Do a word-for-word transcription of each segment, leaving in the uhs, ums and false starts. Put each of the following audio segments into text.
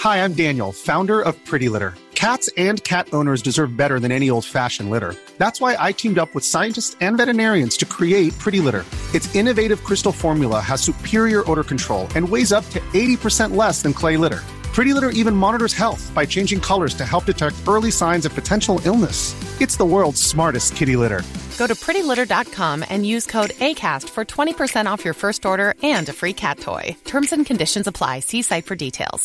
Hi, I'm Daniel, founder of Pretty Litter. Cats and cat owners deserve better than any old-fashioned litter. That's why I teamed up with scientists and veterinarians to create Pretty Litter. Its innovative crystal formula has superior odor control and weighs up to eighty percent less than clay litter. Pretty Litter even monitors health by changing colors to help detect early signs of potential illness. It's the world's smartest kitty litter. Go to pretty litter dot com and use code ACAST for twenty percent off your first order and a free cat toy. Terms and conditions apply. See site for details.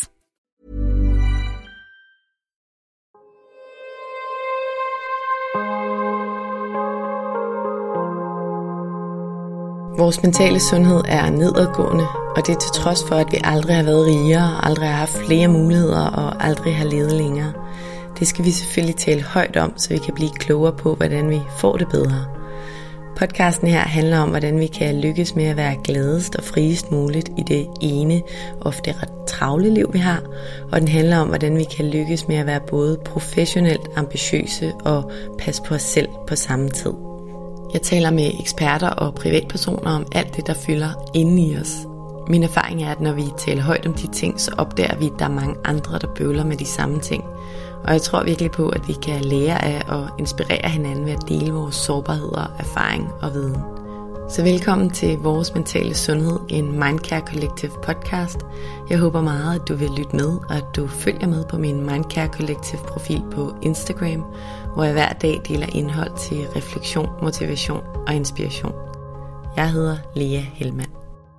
Vores mentale sundhed er nedadgående, og det er til trods for, at vi aldrig har været rigere, aldrig har haft flere muligheder og aldrig har levet længere. Det skal vi selvfølgelig tale højt om, så vi kan blive klogere på, hvordan vi får det bedre. Podcasten her handler om, hvordan vi kan lykkes med at være gladest og friest muligt i det ene, ofte ret travle liv, vi har. Og den handler om, hvordan vi kan lykkes med at være både professionelt ambitiøse og passe på os selv på samme tid. Jeg taler med eksperter og privatpersoner om alt det, der fylder inde i os. Min erfaring er, at når vi taler højt om de ting, så opdager vi, at der er mange andre, der bøvler med de samme ting. Og jeg tror virkelig på, at vi kan lære af og inspirere hinanden ved at dele vores sårbarheder, erfaring og viden. Så velkommen til Vores Mentale Sundhed, en Mindcare Collective podcast. Jeg håber meget, at du vil lytte med, og at du følger med på min Mindcare Collective profil på Instagram, hvor jeg hver dag deler indhold til refleksion, motivation og inspiration. Jeg hedder Lea Hellmann.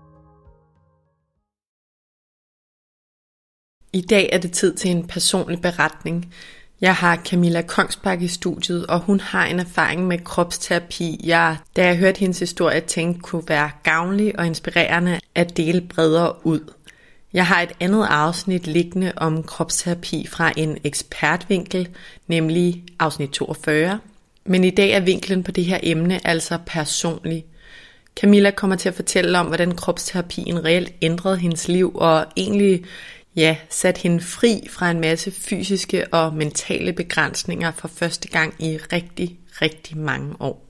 I dag er det tid til en personlig beretning. Jeg har Camilla Kongsbak i studiet, og hun har en erfaring med kropsterapi, jeg, da jeg hørte hendes historie, tænkte kunne være gavnlig og inspirerende at dele bredere ud. Jeg har et andet afsnit liggende om kropsterapi fra en ekspertvinkel, nemlig afsnit toogfyrre. Men i dag er vinklen på det her emne altså personlig. Camilla kommer til at fortælle om, hvordan kropsterapien reelt ændrede hendes liv og egentlig ja, satte hende fri fra en masse fysiske og mentale begrænsninger for første gang i rigtig, rigtig mange år.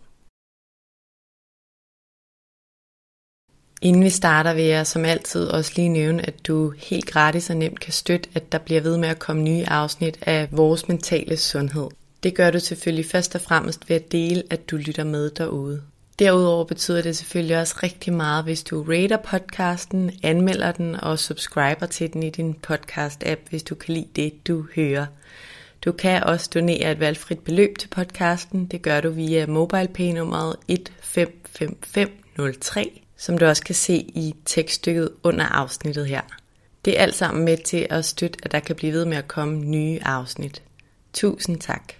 Inden vi starter, vil jeg som altid også lige nævne, at du helt gratis og nemt kan støtte, at der bliver ved med at komme nye afsnit af Vores Mentale Sundhed. Det gør du selvfølgelig først og fremmest ved at dele, at du lytter med derude. Derudover betyder det selvfølgelig også rigtig meget, hvis du rater podcasten, anmelder den og subscriber til den i din podcast-app, hvis du kan lide det, du hører. Du kan også donere et valgfrit beløb til podcasten. Det gør du via MobilePay-nummeret et fem fem fem nul tre, som du også kan se i tekststykket under afsnittet her. Det er alt sammen med til at støtte, at der kan blive ved med at komme nye afsnit. Tusind tak.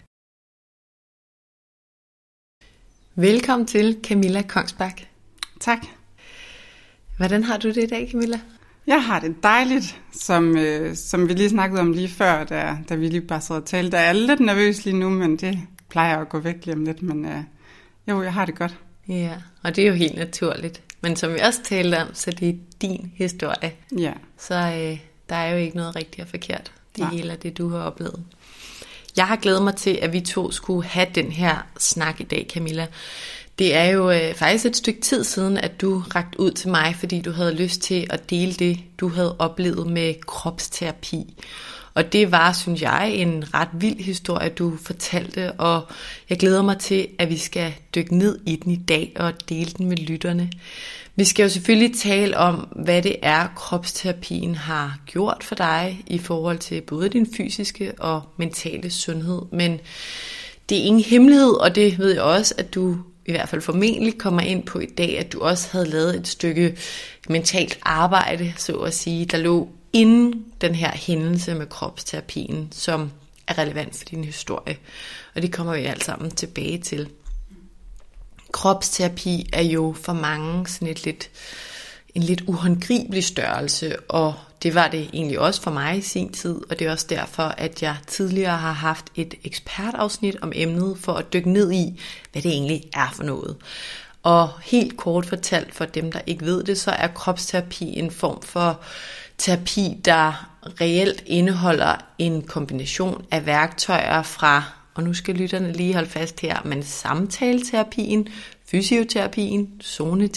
Velkommen til Camilla Kongsbak. Tak. Hvordan har du det i dag, Camilla? Jeg har det dejligt, som, øh, som vi lige snakkede om lige før, da, da vi lige bare sad og talte. Jeg er lidt nervøs lige nu, men det plejer at gå væk lige om lidt. Men øh, jo, jeg har det godt. Ja, og det er jo helt naturligt. Men som vi også talte om, så det er din historie. Ja. Så øh, der er jo ikke noget rigtigt og forkert. Det Nej. hele er det, du har oplevet. Jeg har glædet mig til, at vi to skulle have den her snak i dag, Camilla. Det er jo øh, faktisk et stykke tid siden, at du rakte ud til mig, fordi du havde lyst til at dele det, du havde oplevet med kropsterapi. Og det var, synes jeg, en ret vild historie, du fortalte, og jeg glæder mig til, at vi skal dykke ned i den i dag og dele den med lytterne. Vi skal jo selvfølgelig tale om, hvad det er, kropsterapien har gjort for dig i forhold til både din fysiske og mentale sundhed. Men det er ingen hemmelighed, og det ved jeg også, at du i hvert fald formentlig kommer ind på i dag, at du også havde lavet et stykke mentalt arbejde, så at sige, der lå inden den her hændelse med kropsterapien, som er relevant for din historie. Og det kommer vi alt sammen tilbage til. Kropsterapi er jo for mange sådan et lidt, en lidt uhåndgribelig størrelse, og det var det egentlig også for mig i sin tid, og det er også derfor, at jeg tidligere har haft et ekspertafsnit om emnet for at dykke ned i, hvad det egentlig er for noget. Og helt kort fortalt for dem, der ikke ved det, så er kropsterapi en form for terapi, der reelt indeholder en kombination af værktøjer fra, og nu skal lytterne lige holde fast her, men samtaleterapien, fysioterapien,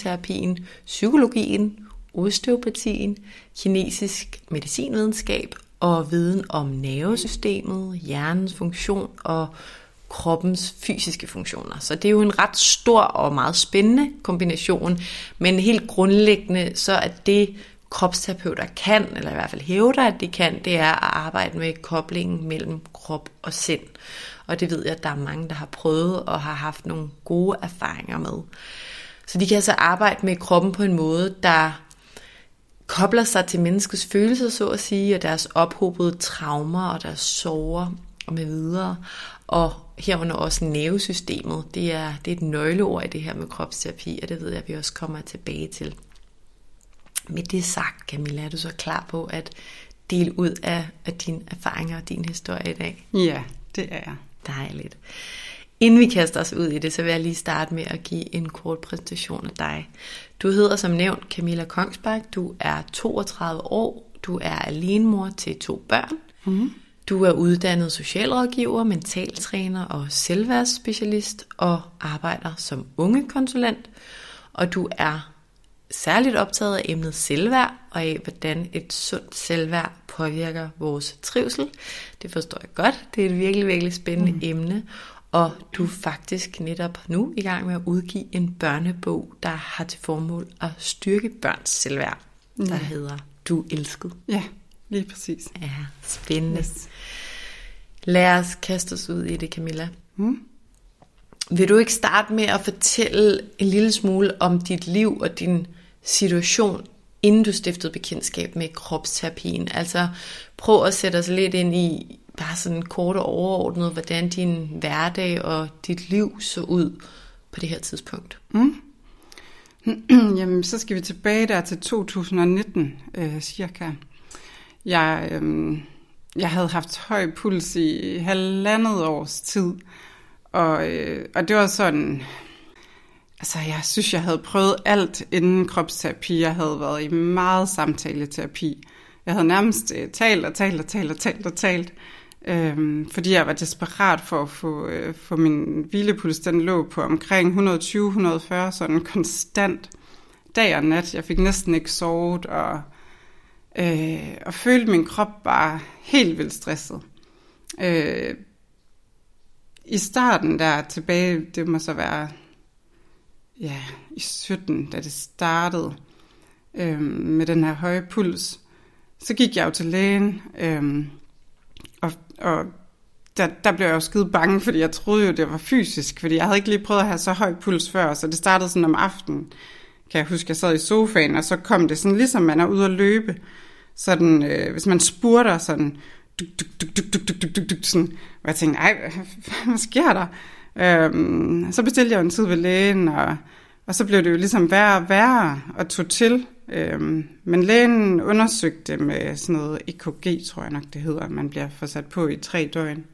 zoneterapien, psykologien, osteopatien, kinesisk medicinvidenskab og viden om nervesystemet, hjernens funktion og kroppens fysiske funktioner. Så det er jo en ret stor og meget spændende kombination, men helt grundlæggende så er det, kropsterapeuter kan, eller i hvert fald hævder, at de kan, det er at arbejde med koblingen mellem krop og sind. Og det ved jeg, at der er mange, der har prøvet og har haft nogle gode erfaringer med. Så de kan altså arbejde med kroppen på en måde, der kobler sig til menneskets følelser, så at sige, og deres ophobede traumer og deres sorger og med videre. Og herunder også nervesystemet. Det er, det er et nøgleord i det her med kropsterapi, og det ved jeg, at vi også kommer tilbage til. Med det sagt, Camilla, er du så klar på at dele ud af, af dine erfaringer og din historie i dag? Ja, det er jeg. Dejligt. Inden vi kaster os ud i det, så vil jeg lige starte med at give en kort præsentation af dig. Du hedder som nævnt Camilla Kongsbak, du er toogtredive år, du er alenemor til to børn. Mm. Du er uddannet socialrådgiver, mentaltræner og selvværdsspecialist og arbejder som ungekonsulent. Og du er særligt optaget af emnet selvværd og af, hvordan et sundt selvværd påvirker vores trivsel. Det forstår jeg godt. Det er et virkelig, virkelig spændende mm. emne. Og du er faktisk netop nu i gang med at udgive en børnebog, der har til formål at styrke børns selvværd, mm. der hedder Du er elsket. Ja, lige præcis. Ja, spændende. Yes. Lad os kaste os ud i det, Camilla. Mm. Vil du ikke starte med at fortælle en lille smule om dit liv og din situation, inden du stiftede bekendtskab med kropsterapien? Altså prøv at sætte os lidt ind i, bare sådan kort og overordnet, hvordan din hverdag og dit liv så ud på det her tidspunkt. Mm. Jamen, så skal vi tilbage der til to tusind nitten, øh, cirka. Jeg, øh, jeg havde haft høj puls i halvandet års tid, og, øh, og det var sådan, altså jeg synes, jeg havde prøvet alt inden kropsterapi. Jeg havde været i meget samtaleterapi. Jeg havde nærmest øh, talt og talt og talt og talt og talt, øh, fordi jeg var desperat for at få, øh, få min hvilepuls, den lå på omkring et hundrede og tyve til et hundrede og fyrre, sådan konstant dag og nat. Jeg fik næsten ikke sovet, og, øh, og følte min krop bare helt vildt stresset. Øh, I starten der tilbage, det må så være ja, i sytten, da det startede øh, med den her høje puls, så gik jeg jo til lægen, øh, og, og der, der blev jeg jo skide bange, fordi jeg troede jo, det var fysisk, fordi jeg havde ikke lige prøvet at have så høj puls før, så det startede sådan om aftenen, kan jeg huske, jeg sad i sofaen, og så kom det sådan, ligesom man er ude at løbe, sådan, øh, hvis man spurter sådan, duk, duk, duk, duk, duk, duk, duk, duk, sådan, og jeg tænkte, nej, hvad, hvad sker der? Øhm, så bestilte jeg en tid ved lægen, og, og så blev det jo ligesom værre og værre, og tog til. Øhm, men lægen undersøgte med sådan noget E K G, tror jeg nok det hedder, man bliver forsat på i tre døgn.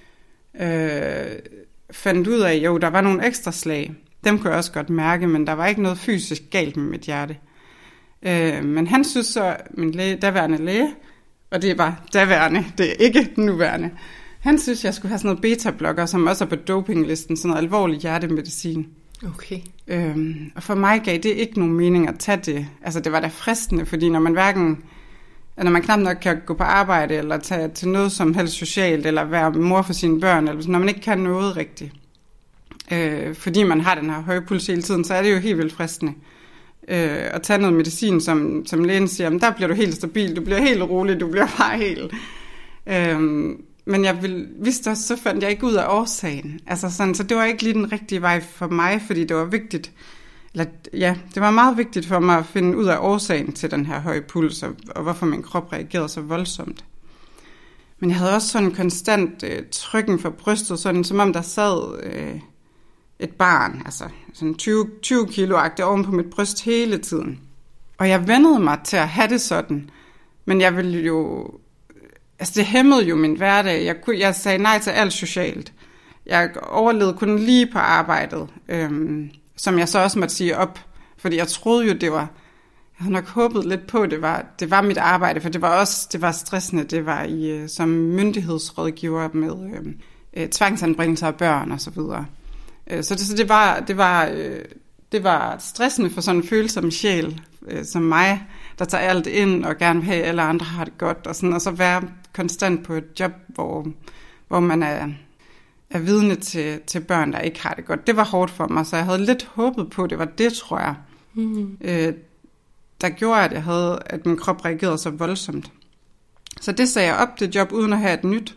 Øh, fandt ud af, jo, der var nogle ekstra slag. Dem kunne jeg også godt mærke, men der var ikke noget fysisk galt med mit hjerte. Øh, men han synes så, min læge, daværende læge, og det var daværende, det er ikke nuværende, han synes, jeg skulle have sådan noget beta-blokker, som også er på dopinglisten, sådan noget alvorlig hjertemedicin. Okay. Øhm, og for mig gav det ikke nogen mening at tage det. Altså det var da fristende, fordi når man hverken, når man knap nok kan gå på arbejde, eller tage til noget som helst socialt, eller være mor for sine børn, eller når man ikke kan noget rigtigt, øh, fordi man har den her høje puls hele tiden, så er det jo helt vildt fristende. Øh, at tage noget medicin, som, som lægen siger, der bliver du helt stabil, du bliver helt rolig, du bliver bare helt... Øh, Men jeg vil, vidste også, så fandt jeg ikke ud af årsagen. Altså sådan, så det var ikke lige den rigtige vej for mig, fordi det var vigtigt, eller ja, det var meget vigtigt for mig at finde ud af årsagen til den her høje puls, og, og hvorfor min krop reagerede så voldsomt. Men jeg havde også sådan en konstant øh, trykken for brystet, sådan som om der sad øh, et barn, altså sådan tyve, tyve kilo-agtigt oven på mit bryst hele tiden. Og jeg vendede mig til at have det sådan, men jeg ville jo... Altså det hæmmede jo min hverdag. Jeg, kunne, jeg sagde nej til alt socialt. Jeg overlevede kun lige på arbejdet, øhm, som jeg så også måtte sige op. Fordi jeg troede jo, det var... Jeg havde nok håbet lidt på, det var, det var mit arbejde, for det var også det var stressende. Det var i, som myndighedsrådgiver med øh, øh, tvangsanbringelser af børn og så videre. Øh, så det, så det, var, det, var, øh, det var stressende for sådan en følsom sjæl øh, som mig, der tager alt ind og gerne vil have, at alle andre har det godt. Og, sådan, og så være konstant på et job, hvor, hvor man er, er vidne til, til børn, der ikke har det godt. Det var hårdt for mig, så jeg havde lidt håbet på, det var det, tror jeg. Mm. Øh, der gjorde, at jeg havde, at min krop reagerede så voldsomt. Så det sagde jeg op, det job, uden at have et nyt.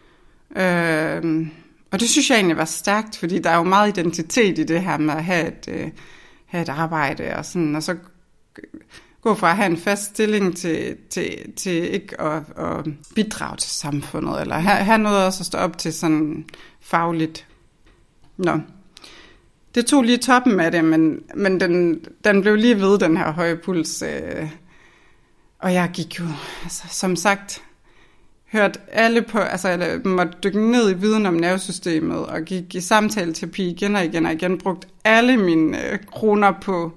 Øh, og det synes jeg egentlig var stærkt, fordi der er jo meget identitet i det her med at have et, øh, have et arbejde, og, sådan, og så gå fra at have en fast stilling til, til, til ikke at, at bidrage til samfundet, eller have, have noget også at stå op til sådan fagligt. Nå. Det tog lige toppen af det, men, men den, den blev lige ved, den her høje puls. Øh, og jeg gik jo, altså, som sagt, hørt alle på, altså jeg måtte dykke ned i viden om nervesystemet, og gik i samtaleterapi igen og igen og igen, brugt alle mine øh, kroner på,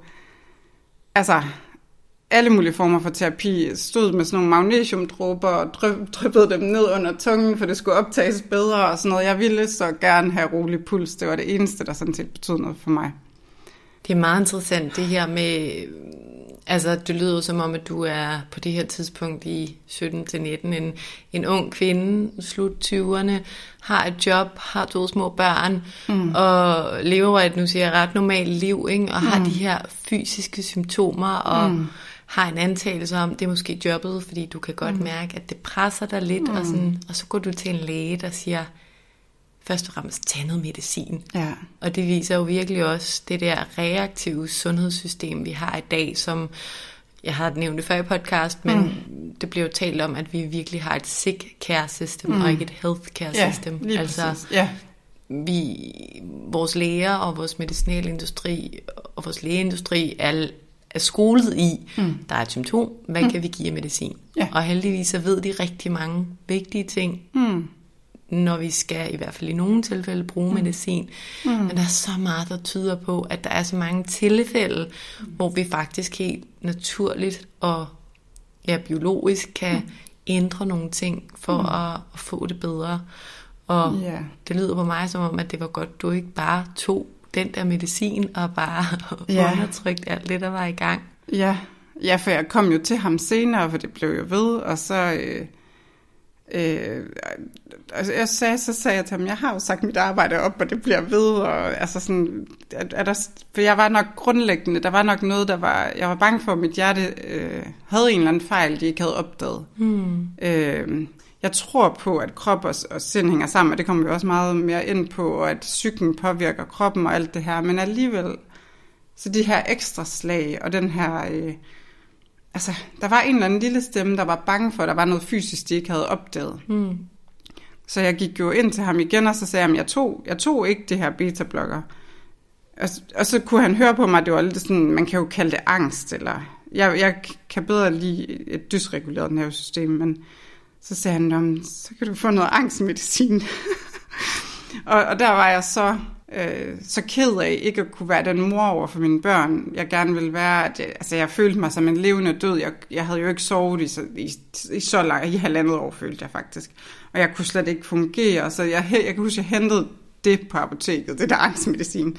altså alle mulige former for terapi, stod med sådan nogle magnesiumdråber og dryppede dem ned under tungen, for det skulle optages bedre og sådan noget. Jeg ville så gerne have rolig puls. Det var det eneste, der sådan set betød noget for mig. Det er meget interessant det her med, altså det lyder som om, at du er på det her tidspunkt i sytten til nitten, en, en ung kvinde, slut tyverne, har et job, har to små børn, mm. og lever et, nu siger jeg, ret normalt liv, ikke? Og mm. har de her fysiske symptomer, og mm. har en antagelse om, det er måske jobbet, fordi du kan godt mm. mærke, at det presser dig lidt, mm. og, sådan, og så går du til en læge, der siger, først og fremmest tag noget medicin. Ja. Og det viser jo virkelig også det der reaktive sundhedssystem, vi har i dag, som jeg har nævnt det før i podcast, men mm. det bliver jo talt om, at vi virkelig har et sick care system, mm. og ikke et health care ja, system. Altså, ja. vi, vores læger og vores medicinalindustri og vores lægeindustri er, er skolet i, mm. der er et symptom, hvad mm. kan vi give af medicin? Ja. Og heldigvis så ved de rigtig mange vigtige ting, mm. når vi skal i hvert fald i nogle tilfælde bruge mm. medicin. Mm. Men der er så meget, der tyder på, at der er så mange tilfælde, mm. hvor vi faktisk helt naturligt og ja, biologisk kan mm. ændre nogle ting for mm. at, at få det bedre. Og yeah. det lyder på mig som om, at det var godt, du ikke bare tog den der medicin og bare yeah. undertrykte alt det, der var i gang. Ja. ja, for jeg kom jo til ham senere, for det blev jo ved, og så... Øh Øh, altså jeg sagde, så sagde jeg til ham, jeg har jo sagt mit arbejde op, og det bliver ved, og altså sådan, er, er der, for jeg var nok grundlæggende, der var nok noget, der var, jeg var bange for, at mit hjerte øh, havde en eller anden fejl, de ikke havde opdaget. Hmm. Øh, jeg tror på, at krop og, og sind hænger sammen, og det kommer vi også meget mere ind på, og at psyken påvirker kroppen og alt det her, men alligevel, så de her ekstra slag, og den her... Øh, Altså, der var en eller anden lille stemme, der var bange for, at der var noget fysisk, de ikke havde opdaget. Mm. Så jeg gik jo ind til ham igen, og så sagde jeg, at jeg tog, jeg tog ikke det her beta-blokker. Og, og så kunne han høre på mig, at det var lidt sådan, man kan jo kalde det angst, eller jeg, jeg kan bedre lide et dysreguleret nervesystem, men så sagde han, så kan du få noget angstmedicin. og, og der var jeg så... Øh, så ked af ikke at kunne være den mor over for mine børn, jeg gerne ville være. At jeg, altså jeg følte mig som en levende død. Jeg, jeg havde jo ikke sovet i så, i, i så langt, i halvandet år følte jeg faktisk. Og jeg kunne slet ikke fungere, så jeg, jeg kan huske, at jeg hentede det på apoteket, det der angstmedicin.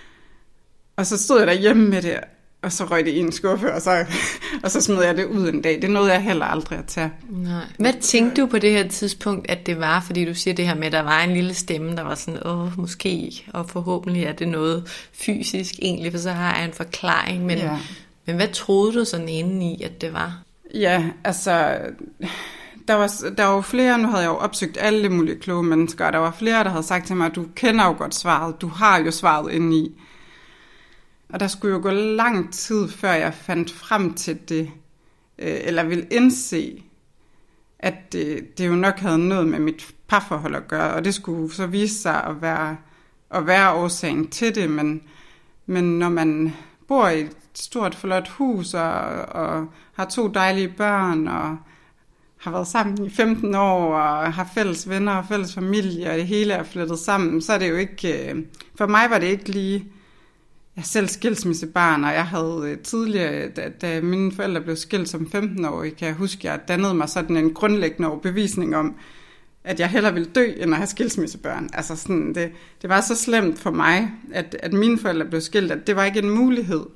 Og så stod jeg derhjemme med det, og så røg det i en skuffe, og så, og så smed jeg det ud en dag. Det nåede jeg heller aldrig at tage. Nej. Hvad tænkte du på det her tidspunkt, at det var? Fordi du siger det her med, at der var en lille stemme, der var sådan, åh, måske, og forhåbentlig er det noget fysisk egentlig, for så har jeg en forklaring. Men, ja. men hvad troede du sådan inde i, at det var? Ja, altså... Der var, der var flere, nu havde jeg jo opsøgt alle mulige kloge mennesker, og der var flere, der havde sagt til mig, at du kender jo godt svaret, du har jo svaret inde i. Og der skulle jo gå lang tid, før jeg fandt frem til det, øh, eller ville indse, at det, det jo nok havde noget med mit parforhold at gøre, og det skulle så vise sig at være, at være årsagen til det, men, men når man bor i et stort, flot hus, og, og har to dejlige børn, og har været sammen i femten år, og har fælles venner og fælles familie, og det hele er flettet sammen, så er det jo ikke, øh, for mig var det ikke lige... Jeg er selv skilsmissebarn, og jeg havde tidligere, da, da mine forældre blev skilt som femten-årig, kan jeg huske, at jeg dannede mig sådan en grundlæggende overbevisning om, at jeg hellere ville dø, end at have skilsmissebørn. Altså sådan, det, det var så slemt for mig, at, at mine forældre blev skilt, at det var ikke en mulighed.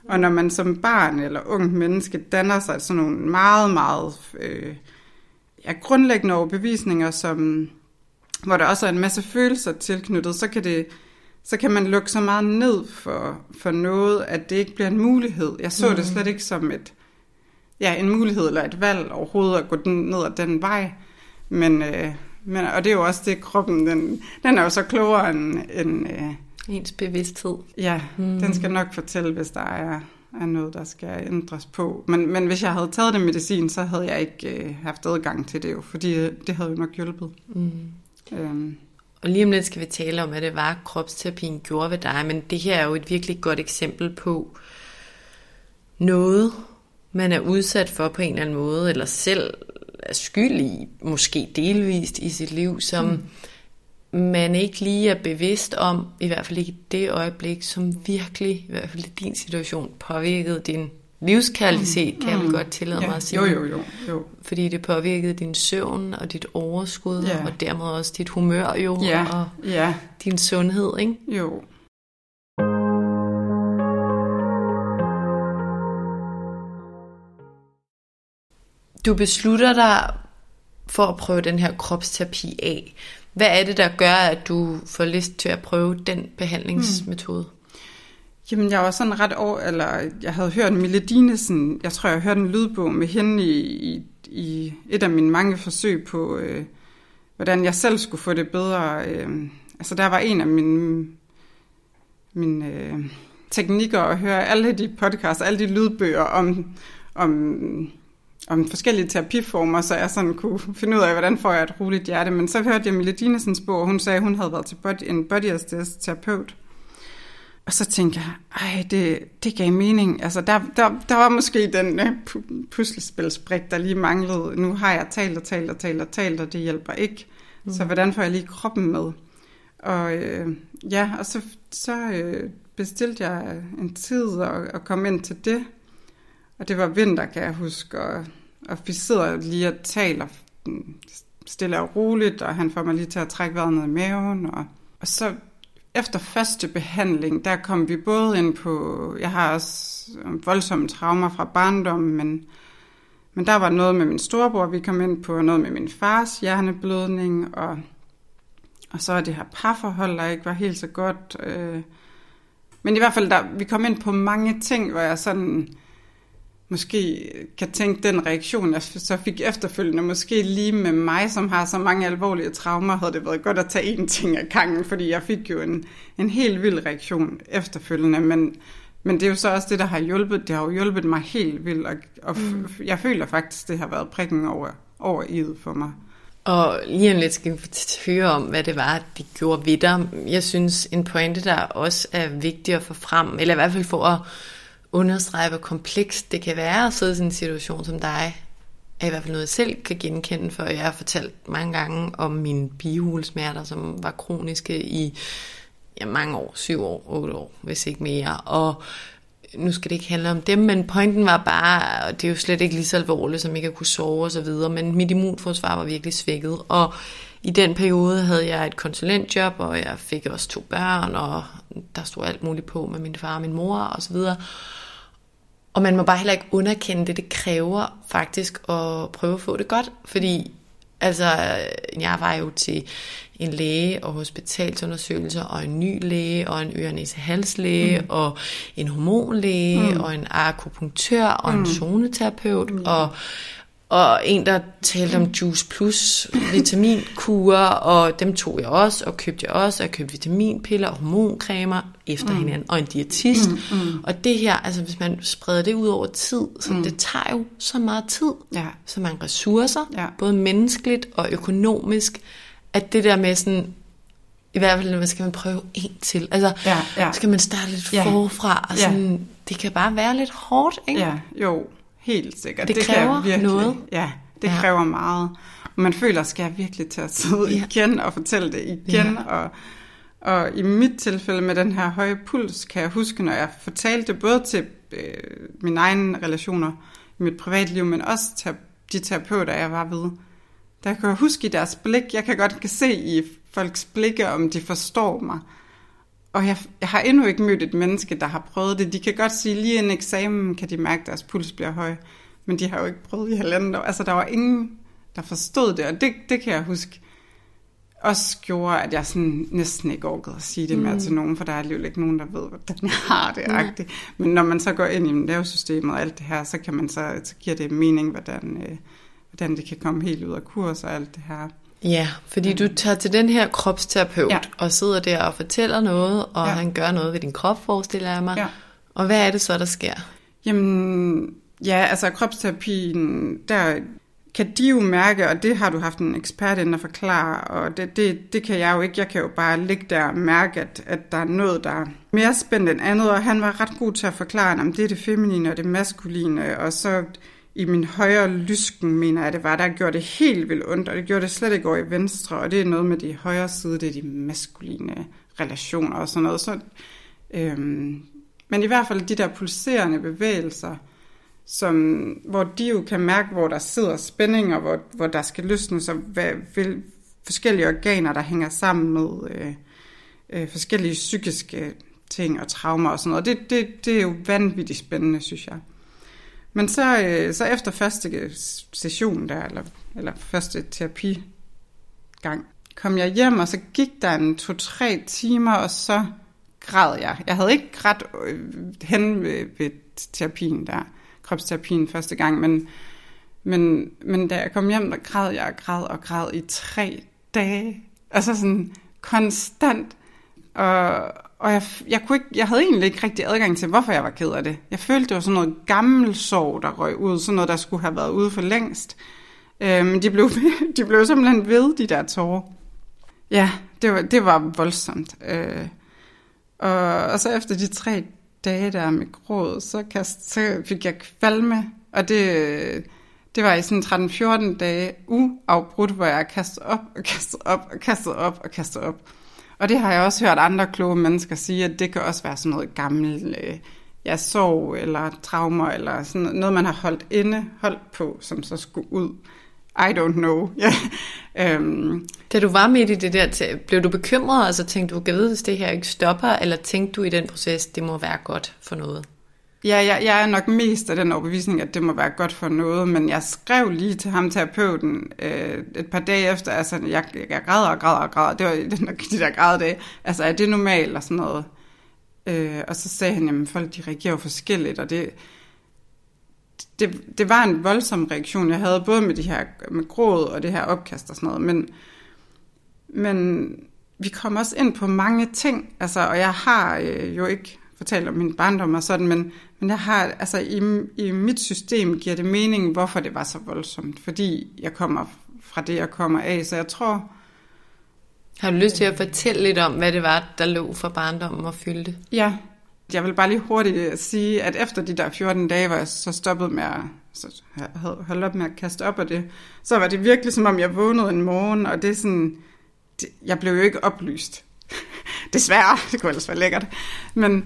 Og når man som barn eller ung menneske danner sig sådan nogle meget, meget øh, ja, grundlæggende overbevisninger, som, hvor der også er en masse følelser tilknyttet, så kan, det, så kan man lukke så meget ned for, for noget, at det ikke bliver en mulighed. Jeg så mm. det slet ikke som et, ja, en mulighed eller et valg overhovedet at gå den, ned ad den vej. Men, øh, men, og det er jo også det, kroppen, den, den er jo så klogere end... end øh, ens bevidsthed. Ja, mm. den skal nok fortælle, hvis der er, er noget, der skal ændres på. Men, men hvis jeg havde taget det medicin, så havde jeg ikke øh, haft adgang til det jo, fordi det havde jo nok hjulpet. Mm. Øhm. Og lige om lidt skal vi tale om, hvad det var, kropsterapien gjorde ved dig, men det her er jo et virkelig godt eksempel på noget, man er udsat for på en eller anden måde, eller selv er skyld i, måske delvist i sit liv, som... Mm. man ikke lige er bevidst om, i hvert fald ikke i det øjeblik, som virkelig, i hvert fald i din situation, påvirkede din livskvalitet, kan jeg vel godt tillade ja. mig at sige. Jo, jo, jo, jo. Fordi det påvirkede din søvn og dit overskud, ja. Og dermed også dit humør jo, ja. Og ja. din sundhed, ikke? Jo. Du beslutter dig for at prøve den her kropsterapi af. Hvad er det, der gør, at du får lyst til at prøve den behandlingsmetode? Hmm. Jamen, jeg var sådan ret over, eller jeg havde hørt Mille Dinesen, jeg tror, jeg hørte en lydbog med hende i, i, i et af mine mange forsøg på, øh, hvordan jeg selv skulle få det bedre. Øh, altså, der var en af mine, mine øh, teknikker at høre alle de podcasts, alle de lydbøger om... om om forskellige terapiformer, så jeg sådan kunne finde ud af, hvordan får jeg et roligt hjerte. Men så hørte jeg Mille Dinesens bog, og hun sagde, at hun havde været til body, en body terapeut. Og så tænkte jeg, ej, det, det gav mening. Altså, der, der, der var måske den uh, puslespilsbrik, der lige manglede. Nu har jeg talt og talt og talt og talt, og det hjælper ikke. Mm. Så hvordan får jeg lige kroppen med? Og øh, ja, og så, så øh, bestilte jeg en tid og, og kom ind til det. Og det var vinter, kan jeg huske, og, og vi sidder lige og taler stille og roligt, og han får mig lige til at trække vejret ned i maven. Og, og så efter første behandling, der kom vi både ind på, jeg har også voldsomme traumer fra barndommen, men, men der var noget med min storebror, vi kom ind på, og noget med min fars hjerneblødning, og, og så er det her parforhold, der ikke var helt så godt. Øh. Men i hvert fald, der, vi kom ind på mange ting, hvor jeg sådan... måske kan tænke, den reaktion, jeg så fik efterfølgende, måske lige med mig, som har så mange alvorlige traumer, havde det været godt at tage én ting af gangen, fordi jeg fik jo en, en helt vild reaktion efterfølgende, men, men det er jo så også det, der har hjulpet. Det har jo hjulpet mig helt vildt, og, og mm. jeg føler faktisk, det har været prikken over, over i'et for mig. Og lige om lidt skal vi høre om, hvad det var, de gjorde ved dig. Jeg synes, en pointe, der også er vigtig at få frem, eller i hvert fald for at understrege, hvor komplekst det kan være at sidde i sådan en situation som dig, er i hvert fald noget, jeg selv kan genkende, for jeg har fortalt mange gange om mine bihulesmerter, som var kroniske i ja, mange år, syv år, otte år, hvis ikke mere. Og nu skal det ikke handle om dem, men pointen var bare, og det er jo slet ikke lige så alvorligt, som ikke at kunne sove og så videre, men mit immunforsvar var virkelig svækket, og i den periode havde jeg et konsulentjob, og jeg fik også to børn, og der stod alt muligt på med min far og min mor og så videre. Og man må bare heller ikke underkende det, det kræver faktisk at prøve at få det godt, fordi altså, jeg var jo til en læge og hospitalsundersøgelser, og en ny læge, og en øre-næse-hals-læge, mm. og en hormonlæge, mm. og en akupunktør, og mm. en zoneterapeut, mm. og og en, der talte om Juice Plus vitaminkurer, og dem tog jeg også, og købte jeg også, og jeg købte vitaminpiller og hormoncremer efter mm. hinanden, og en diætist. Mm, mm. Og det her, altså hvis man spreder det ud over tid, så mm. det tager jo så meget tid, ja. så mange ressourcer, ja. både menneskeligt og økonomisk, at det der med sådan, i hvert fald, hvad skal man prøve en til? Altså, ja, ja. skal man starte lidt ja. forfra, og sådan, ja. det kan bare være lidt hårdt, ikke? Ja, jo. Helt sikkert. Det, det kræver virkelig, noget. Ja, det ja. kræver meget. Og man føler, skal jeg virkelig til at sidde ja. igen og fortælle det igen. Ja. Og, og i mit tilfælde med den her høje puls, kan jeg huske, når jeg fortalte det både til øh, mine egne relationer i mit privatliv, men også til de terapeuter, jeg var ved. Der kan jeg huske i deres blik, jeg kan godt kan se i folks blikke, om de forstår mig. Og jeg, jeg har endnu ikke mødt et menneske, der har prøvet det. De kan godt sige, lige en eksamen kan de mærke, at deres puls bliver høj. Men de har jo ikke prøvet i halvandet år. Altså, der var ingen, der forstod det. Og det, det kan jeg huske også gjorde, at jeg sådan næsten ikke orkede at sige det mere mm. til nogen. For der er alligevel ikke nogen, der ved, hvordan jeg har det. Mm. Men når man så går ind i nervesystemet og alt det her, så, kan man så, så giver det mening, hvordan, øh, hvordan det kan komme helt ud af kurs og alt det her. Ja, fordi du tager til den her kropsterapeut ja. og sidder der og fortæller noget, og ja. han gør noget ved din krop, forestiller jeg mig. Ja. Og hvad er det så, der sker? Jamen, ja, altså kropsterapien, der kan de jo mærke, og det har du haft en ekspert inde at forklare, og det, det, det kan jeg jo ikke. Jeg kan jo bare ligge der og mærke, at, at der er noget, der er mere spændende end andet, og han var ret god til at forklare, om det er det feminine og det maskuline, og så i min højre lysken, mener jeg det var, der gjorde det helt vildt ondt, og det gjorde det slet ikke over i venstre, og det er noget med de højre side, det er de maskuline relationer og sådan noget. Så, øhm, men i hvert fald de der pulserende bevægelser, som, hvor de jo kan mærke, hvor der sidder spændinger, hvor, hvor der skal løsnes, og hvad, vil, forskellige organer, der hænger sammen med øh, øh, forskellige psykiske ting og traumer og sådan noget. Det, det, det er jo vanvittigt spændende, synes jeg. Men så, øh, så efter første session der, eller, eller første terapigang, kom jeg hjem, og så gik der en to-tre timer, og så græd jeg. Jeg havde ikke grædt øh, hen ved, ved terapien der, kropsterapien første gang, men, men, men da jeg kom hjem, der græd jeg og græd og græd i tre dage. Altså sådan konstant. Og, og jeg, jeg, kunne ikke, jeg havde egentlig ikke rigtig adgang til, hvorfor jeg var ked af det. Jeg følte, det var sådan noget gammel sorg, der røg ud. Sådan noget, der skulle have været ude for længst. Men øh, de, blev, de blev simpelthen ved, de der tårer. Ja, det var, det var voldsomt. Øh, og, og så efter de tre dage der med gråd, så, kast, så fik jeg kvalme. Og det, det var i sådan tretten fjorten dage uafbrudt, hvor jeg kastede op og kastede op og kastede op og kastede op. Og det har jeg også hørt andre kloge mennesker sige, at det kan også være sådan noget gammelt, øh, ja, sorg eller traumer, eller sådan noget, man har holdt inde, holdt på, som så skulle ud. I don't know. Yeah. um, da du var midt i det der, blev du bekymret, altså tænkte du, kan vide, hvis det her ikke stopper, eller tænkte du i den proces, det må være godt for noget? Ja, jeg, jeg er nok mest af den overbevisning, at det må være godt for noget, men jeg skrev lige til ham, terapeuten, øh, et par dage efter, altså jeg, jeg græder og græder og græder, det var nok de der græddage, altså er det normalt og sådan noget? Øh, og så sagde han, jamen folk de reagerer jo forskelligt, og det, det, det var en voldsom reaktion, jeg havde både med de her, med gråd og det her opkast og sådan noget, men, men vi kom også ind på mange ting, altså, og jeg har øh, jo ikke fortalt om min barndom og sådan, men, men jeg har, altså i, i mit system giver det mening, hvorfor det var så voldsomt, fordi jeg kommer fra det, jeg kommer af, så jeg tror... Har du lyst til at fortælle lidt om, hvad det var, der lå for barndommen og fyldte? Ja, jeg vil bare lige hurtigt sige, at efter de der fjorten dage, hvor jeg så stoppede med at så havde holdt op med at kaste op af det, så var det virkelig som om, jeg vågnede en morgen, og det er sådan, det, jeg blev jo ikke oplyst. Desværre, det kunne ellers være lækkert. Men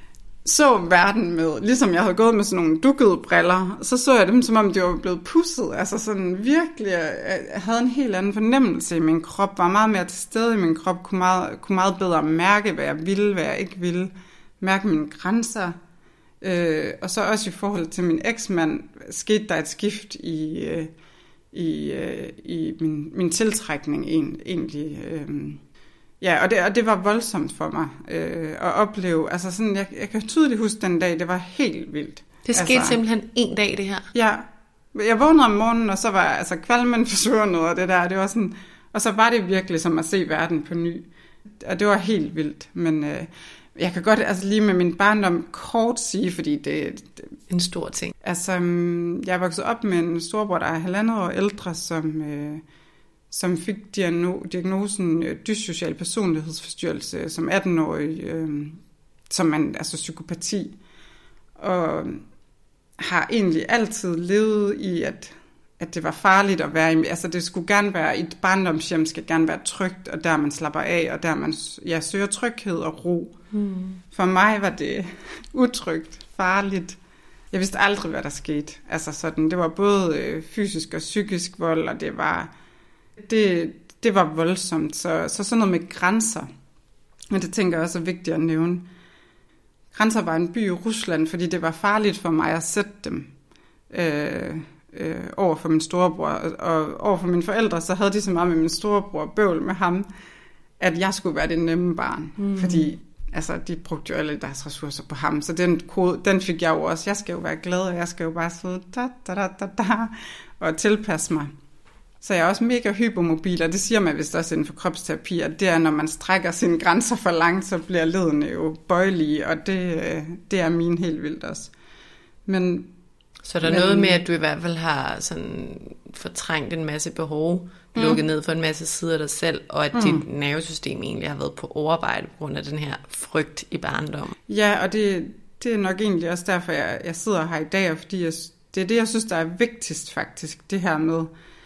så verden med, ligesom jeg havde gået med sådan nogle dukkede briller, så så jeg dem, som om de var blevet pudset. Altså sådan virkelig, jeg havde en helt anden fornemmelse i min krop, var meget mere til stede i min krop, kunne meget, kunne meget bedre mærke, hvad jeg ville, hvad jeg ikke ville, mærke mine grænser. Øh, og så også i forhold til min eksmand, skete der et skift i, øh, i, øh, i min, min tiltrækning egentlig. Øh, Ja, og det, og det var voldsomt for mig øh, at opleve. Altså sådan, jeg, jeg kan tydeligt huske den dag, det var helt vildt. Det skete altså, simpelthen en dag, det her? Ja, jeg vågnede om morgenen, og så var altså kvalmen forsvundet og det der. Det var sådan, og så var det virkelig som at se verden på ny. Og det var helt vildt. Men øh, jeg kan godt altså lige med min barndom kort sige, fordi det... det en stor ting. Altså, jeg er vokset op med en storbror, der er halvandet år ældre, som... Øh, som fik diagnosen dyssocial personlighedsforstyrrelse som atten-årig, øh, som man, altså psykopati, og har egentlig altid levet i, at, at det var farligt at være i, altså det skulle gerne være, et barndomshjem skal gerne være trygt, og der man slapper af, og der man ja, søger tryghed og ro. Mm. For mig var det utrygt, farligt. Jeg vidste aldrig, hvad der skete. Altså sådan, det var både øh, fysisk og psykisk vold, og det var... Det, det var voldsomt, så, så sådan noget med grænser Men det tænker jeg også er vigtigt at nævne. Grænser var en by i Rusland, fordi det var farligt for mig at sætte dem øh, øh, over for min storebror. Og over for mine forældre, så havde de så meget med min storebror bøvl med ham, at jeg skulle være det nemme barn. Mm. Fordi altså, de brugte jo alle deres ressourcer på ham. Så den, kode, den fik jeg jo også. Jeg skal jo være glad, og jeg skal jo bare sidde da, da, da, da, da, og tilpasse mig. Så jeg er også mega hypermobil, og det siger man vist også inden for kropsterapi, at det er, når man strækker sine grænser for langt, så bliver ledene jo bøjelige, og det, det er min helt vildt også. Men, så der er men, noget med, at du i hvert fald har sådan fortrængt en masse behov, mm. lukket ned for en masse sider af dig selv, og at mm. dit nervesystem egentlig har været på overarbejde på grund af den her frygt i barndommen. Ja, og det, det er nok egentlig også derfor, jeg, jeg sidder her i dag, fordi jeg, det er det, jeg synes, der er vigtigst faktisk, det her med,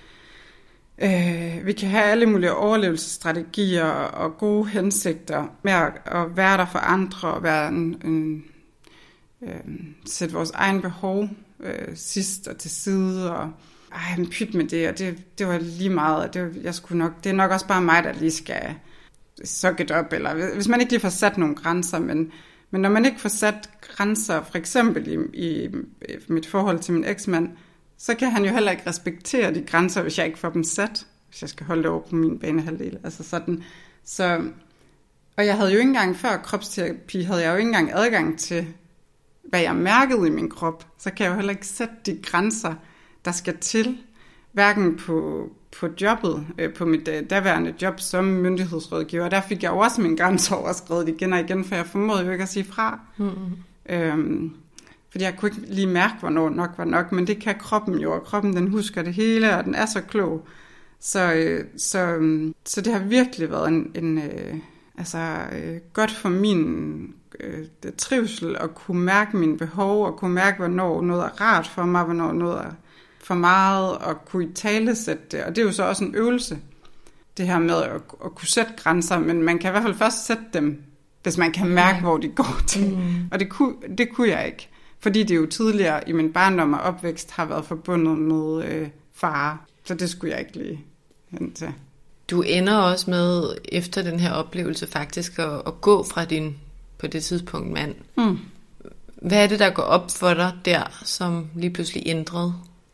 Øh, vi kan have alle mulige overlevelsesstrategier og gode hensigter med at, at være der for andre og være en, en, øh, sætte vores egen behov øh, sidst og til side og ej, en pyt med det, og det, det var lige meget, det, jeg skulle nok, det er nok også bare mig, der lige skal suck it up, eller hvis man ikke lige får sat nogle grænser, men, men når man ikke får sat grænser, for eksempel i, i, i mit forhold til min eksmand, så kan han jo heller ikke respektere de grænser, hvis jeg ikke får dem sat, hvis jeg skal holde det over på min banehalvdel. Altså sådan. Så, og jeg havde jo ikke engang, før kropsterapi, havde jeg jo ikke engang adgang til, hvad jeg mærkede i min krop. Så kan jeg jo heller ikke sætte de grænser, der skal til, hverken på, på jobbet, øh, på mit øh, daværende job som myndighedsrådgiver. Der fik jeg jo også min grænser overskredet igen og igen, for jeg formåede jo ikke at sige fra. Mm-hmm. Øhm, Fordi jeg kunne ikke lige mærke, hvornår nok var nok, men det kan kroppen jo, og kroppen den husker det hele, og den er så klog. Så, så, så det har virkelig været en, en altså, godt for min øh, trivsel at kunne mærke mine behov, og kunne mærke, hvornår noget er rart for mig, hvornår noget er for meget, og kunne italesætte det. Og det er jo så også en øvelse, det her med at, at kunne sætte grænser, men man kan i hvert fald først sætte dem, hvis man kan mærke, hvor de går til. Mm. Og det kunne, det kunne jeg ikke. Fordi det jo tidligere i min barndom og opvækst har været forbundet med øh, fare. Så det skulle jeg ikke lige hen til. Du ender også med, efter den her oplevelse faktisk, at, at gå fra din, på det tidspunkt, mand. Mm. Hvad er det, der går op for dig der, som lige pludselig ændrede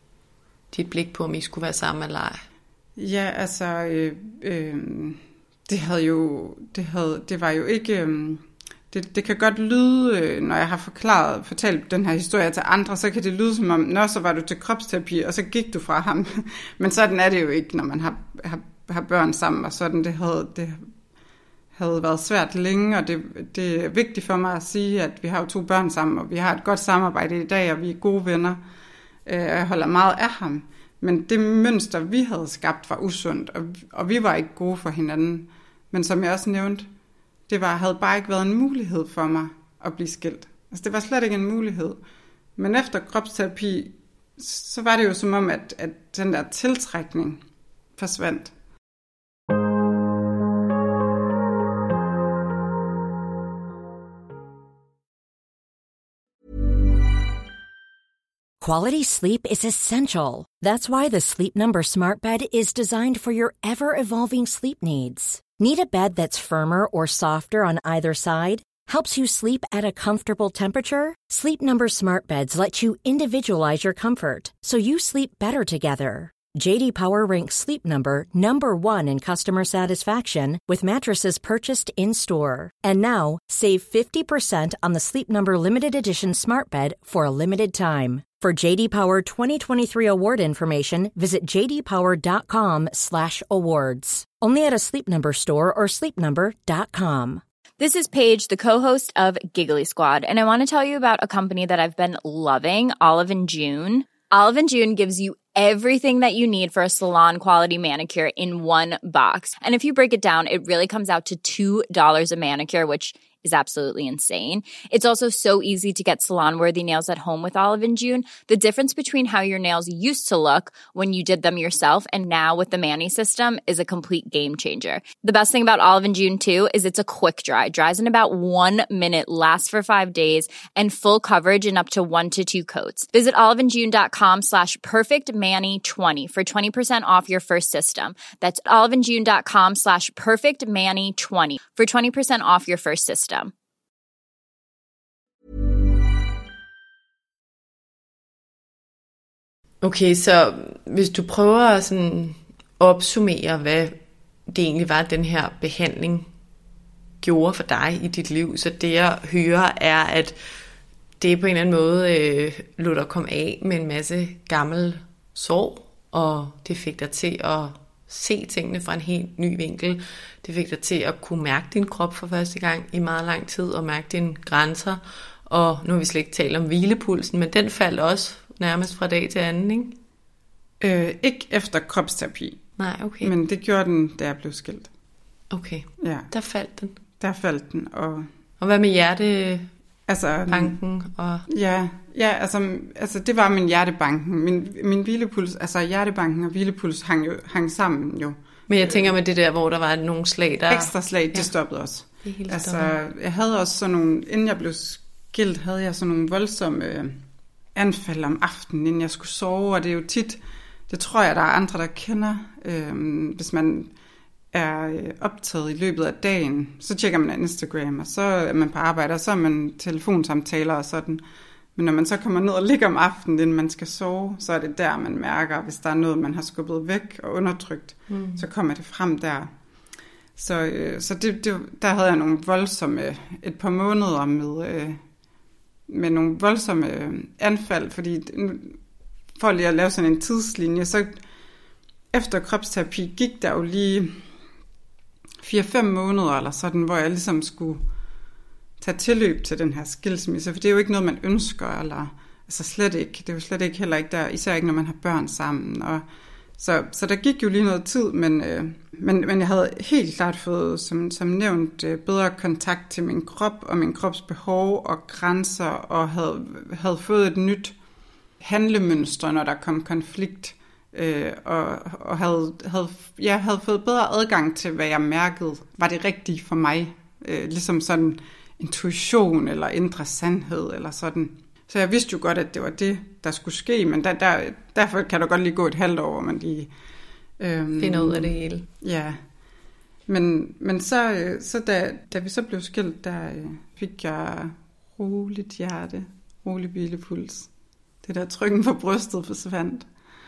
dit blik på, om I skulle være sammen eller ej? Ja, altså, øh, øh, det havde jo, det, havde, det var jo ikke... Øh, Det, det kan godt lyde, når jeg har forklaret, fortalt den her historie til andre, så kan det lyde som om, nå, så var du til kropsterapi, og så gik du fra ham. Men sådan er det jo ikke, når man har, har, har børn sammen, og sådan. Det havde, det havde været svært længe, og det, det er vigtigt for mig at sige, at vi har jo to børn sammen, og vi har et godt samarbejde i dag, og vi er gode venner. Jeg holder meget af ham. Men det mønster, vi havde skabt, var usundt, og, og vi var ikke gode for hinanden. Men som jeg også nævnte, det var, havde bare ikke været en mulighed for mig at blive skilt. Altså, det var slet ikke en mulighed. Men efter kropsterapi, så var det jo som om, at, at den der tiltrækning forsvandt. Quality sleep is essential. That's why the Sleep Number Smart Bed is designed for your ever-evolving sleep needs. Need a bed that's firmer or softer on either side? Helps you sleep at a comfortable temperature? Sleep Number Smart Beds let you individualize your comfort, so you sleep better together. J D Power ranks Sleep Number number one in customer satisfaction with mattresses purchased in-store. And now, save fifty percent on the Sleep Number Limited Edition Smart Bed for a limited time. For J D Power twenty twenty-three award information, visit j d power dot com slash awards. Only at a Sleep Number store or sleep number dot com. This is Paige, the co-host of Giggly Squad, and I want to tell you about a company that I've been loving, Olive and June. Olive and June gives you everything that you need for a salon-quality manicure in one box. And if you break it down, it really comes out to two dollars a manicure, which is absolutely insane. It's also so easy to get salon-worthy nails at home with Olive and June. The difference between how your nails used to look when you did them yourself and now with the Mani system is a complete game changer. The best thing about Olive and June too is it's a quick dry. Dries in about one minute, lasts for five days, and full coverage in up to one to two coats. Visit oliveandjune.com slash perfectmani20 for twenty percent off your first system. That's oliveandjune.com slash perfectmani20 for twenty percent off your first system. Okay, så hvis du prøver at sådan opsummere, hvad det egentlig var, den her behandling gjorde for dig i dit liv, så det jeg hører er, at det på en eller anden måde øh, lod dig komme af med en masse gammel sorg, og det fik dig til at se tingene fra en helt ny vinkel. Det fik dig til at kunne mærke din krop for første gang i meget lang tid, og mærke dine grænser. Og nu har vi slet ikke talt om hvilepulsen, men den faldt også nærmest fra dag til anden, ikke? Øh, ikke efter kropsterapi. Nej, okay. Men det gjorde den, da jeg blev skilt. Okay, ja. Der faldt den. Der faldt den, og... Og hvad med hjertebanken? Altså, og... Ja, ja altså, altså det var min hjertebanken. Min, min hvilepuls, altså hjertebanken og hvilepuls hang, jo, hang sammen jo. Men jeg tænker med det der, hvor der var nogle slag, der... Ekstra slag, det ja. stoppede også. Det altså, stoppet. Jeg havde også sådan nogle... Inden jeg blev skilt, havde jeg sådan nogle voldsomme øh, anfald om aftenen, inden jeg skulle sove. Og det er jo tit... Det tror jeg, der er andre, der kender. Øh, hvis man er optaget i løbet af dagen, så tjekker man Instagram, og så er man på arbejde, og så er man telefonsamtaler og sådan. Men når man så kommer ned og ligger om aftenen, inden man skal sove, så er det der, man mærker, hvis der er noget, man har skubbet væk og undertrykt, mm. så kommer det frem der. Så, øh, så det, det, der havde jeg nogle voldsomme, et par måneder med, øh, med nogle voldsomme anfald, fordi for lige at lave sådan en tidslinje, så efter kropsterapi gik der jo lige fire fem måneder eller sådan, hvor jeg ligesom skulle tage tilløb til den her skilsmisse, for det er jo ikke noget, man ønsker, eller altså slet ikke. Det er jo slet ikke heller ikke der, især ikke, når man har børn sammen. Og så, så der gik jo lige noget tid, men, øh, men, men jeg havde helt klart fået, som, som nævnt, øh, bedre kontakt til min krop og min krops behov og grænser, og havde, havde fået et nyt handlemønster, når der kom konflikt. Øh, og, og havde, havde, jeg havde fået bedre adgang til, hvad jeg mærkede var det rigtige for mig. Øh, ligesom sådan intuition eller indre sandhed eller sådan. Så jeg vidste jo godt, at det var det, der skulle ske, men der, der, derfor kan der godt lige gå et halvt år, hvor man lige... Øh, finder ud af det hele. Ja. Men, men så, så da, da vi så blev skilt, der fik jeg roligt hjerte, rolig hvilepuls. Det der trykken på brystet forsvandt.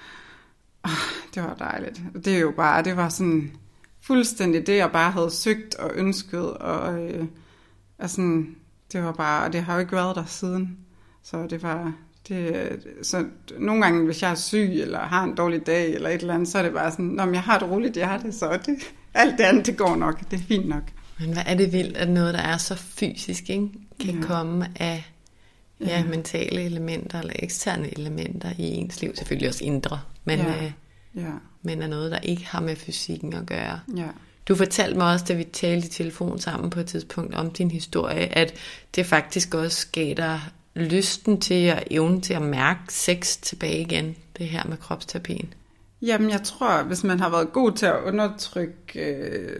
Oh, det var dejligt. Det er jo bare, det var sådan fuldstændig det, jeg bare havde søgt og ønsket, og øh, altså, det var bare, og det har jo ikke været der siden. Så det var, det, så nogle gange, hvis jeg er syg, eller har en dårlig dag, eller et eller andet, så er det bare sådan, når jeg har et roligt hjerte, så det, alt det andet, det går nok, det er fint nok. Men hvad er det vildt, at noget, der er så fysisk, ikke, kan ja. komme af ja, ja. mentale elementer, eller eksterne elementer i ens liv, selvfølgelig også indre, men... Ja. Øh, Ja. men er noget, der ikke har med fysikken at gøre. Ja. Du fortalte mig også, da vi talte i telefon sammen på et tidspunkt om din historie, at det faktisk også gav dig lysten til og evnen til at mærke sex tilbage igen, det her med kropsterapien. Jamen, jeg tror, hvis man har været god til at undertrykke øh,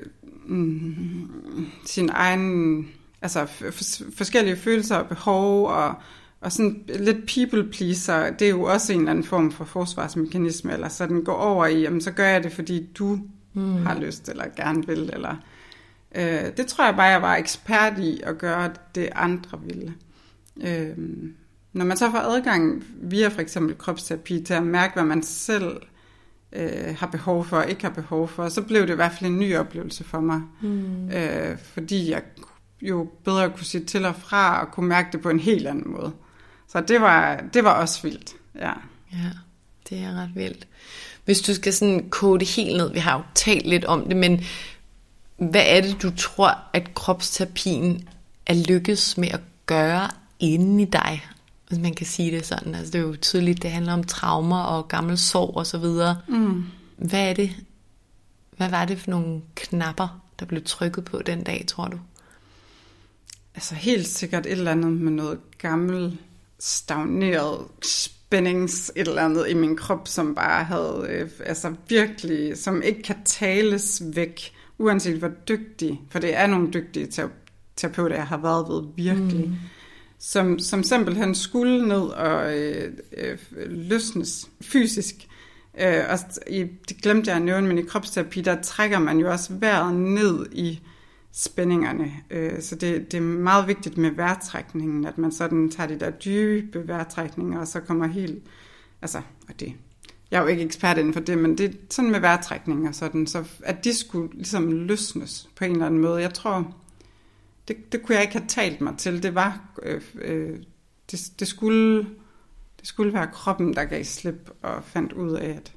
mm, sin egen, altså f- forskellige følelser og behov, og Og sådan lidt people pleaser, det er jo også en eller anden form for forsvarsmekanisme, eller så den går over i, jamen så gør jeg det, fordi du mm. har lyst, eller gerne vil, eller... Øh, det tror jeg bare, jeg var ekspert i, at gøre det, andre ville. Øh, når man så får adgang via for eksempel kropsterapi, til at mærke, hvad man selv øh, har behov for, og ikke har behov for, så blev det i hvert fald en ny oplevelse for mig. Mm. Øh, fordi jeg jo bedre kunne sige til og fra, og kunne mærke det på en helt anden måde. Så det var, det var også vildt, ja. Ja, det er ret vildt. Hvis du skal sådan kode det helt ned, vi har jo talt lidt om det, men hvad er det, du tror, at kropsterapien er lykkes med at gøre inde i dig? Hvis man kan sige det sådan. Altså det er jo tydeligt, det handler om traumer og gammel sorg og så videre. Mm. Hvad er det? Hvad var det for nogle knapper, der blev trykket på den dag, tror du? Altså helt sikkert et eller andet med noget gammel, stagneret spændings et eller andet i min krop, som bare havde, øh, altså virkelig, som ikke kan tales væk, uanset hvor dygtig, for det er nogle dygtige terapeuter, jeg har været ved virkelig, mm. som, som simpelthen skulle ned og øh, øh, løsnes fysisk. Øh, og i, det glemte jeg at nævne, men i kropsterapi, der trækker man jo også vejret ned i spændingerne. Øh, så det, det er meget vigtigt med vejrtrækningen, at man sådan tager de der dybe vejrtrækninger, og så kommer helt, altså, og det, jeg er jo ikke ekspert inden for det, men det er sådan med vejrtrækninger, sådan, så at de skulle ligesom løsnes på en eller anden måde. Jeg tror, det, det kunne jeg ikke have talt mig til. Det var, øh, øh, det, det skulle, det skulle være kroppen, der gav slip og fandt ud af, at,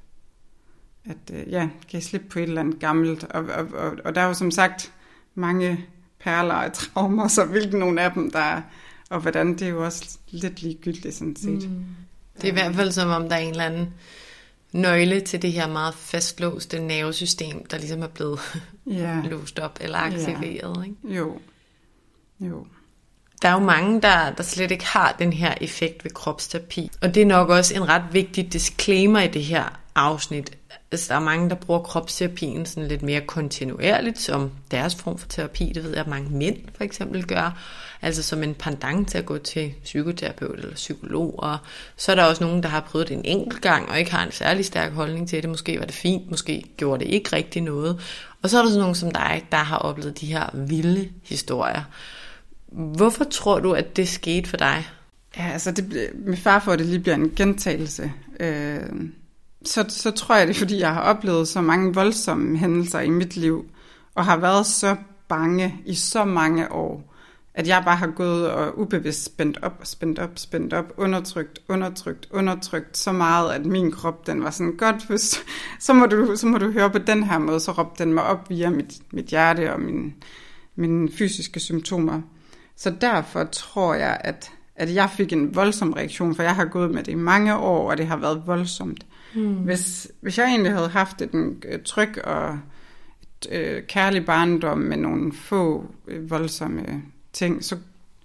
at øh, ja, gav slip på et eller andet gammelt. Og, og, og, og der er jo som sagt mange perler og traumer, så hvilken nogle af dem der er, og hvordan, det er jo også lidt ligegyldigt sådan set. Mm. Det er i hvert fald som om, der er en eller anden nøgle til det her meget fastlåste nervesystem, der ligesom er blevet ja. låst op eller aktiveret. Ja. Ikke? Jo. jo. Der er jo mange, der, der slet ikke har den her effekt ved kropsterapi. Og det er nok også en ret vigtig disclaimer i det her afsnit. Altså, der er mange, der bruger kropsterapien sådan lidt mere kontinuerligt som deres form for terapi. Det ved jeg, at mange mænd for eksempel gør. Altså som en pendant til at gå til psykoterapeut eller psykolog. Og så er der også nogen, der har prøvet det en enkelt gang og ikke har en særlig stærk holdning til det. Måske var det fint, måske gjorde det ikke rigtig noget. Og så er der sådan nogen som dig, der har oplevet de her vilde historier. Hvorfor tror du, at det skete for dig? Ja, altså det, med far for, at det lige bliver en gentagelse. Øh, så, så tror jeg, det er, fordi jeg har oplevet så mange voldsomme hændelser i mit liv, og har været så bange i så mange år, at jeg bare har gået og ubevidst spændt op, spændt op, spændt op, undertrykt, undertrykt, undertrykt så meget, at min krop, den var sådan, godt, hvis, så, må du, så må du høre på den her måde, så råbte den mig op via mit, mit hjerte og min, mine fysiske symptomer. Så derfor tror jeg, at, at jeg fik en voldsom reaktion, for jeg har gået med det i mange år, og det har været voldsomt. Mm. Hvis, hvis jeg egentlig havde haft et en, tryg og et, øh, kærlig barndom med nogle få øh, voldsomme ting, så,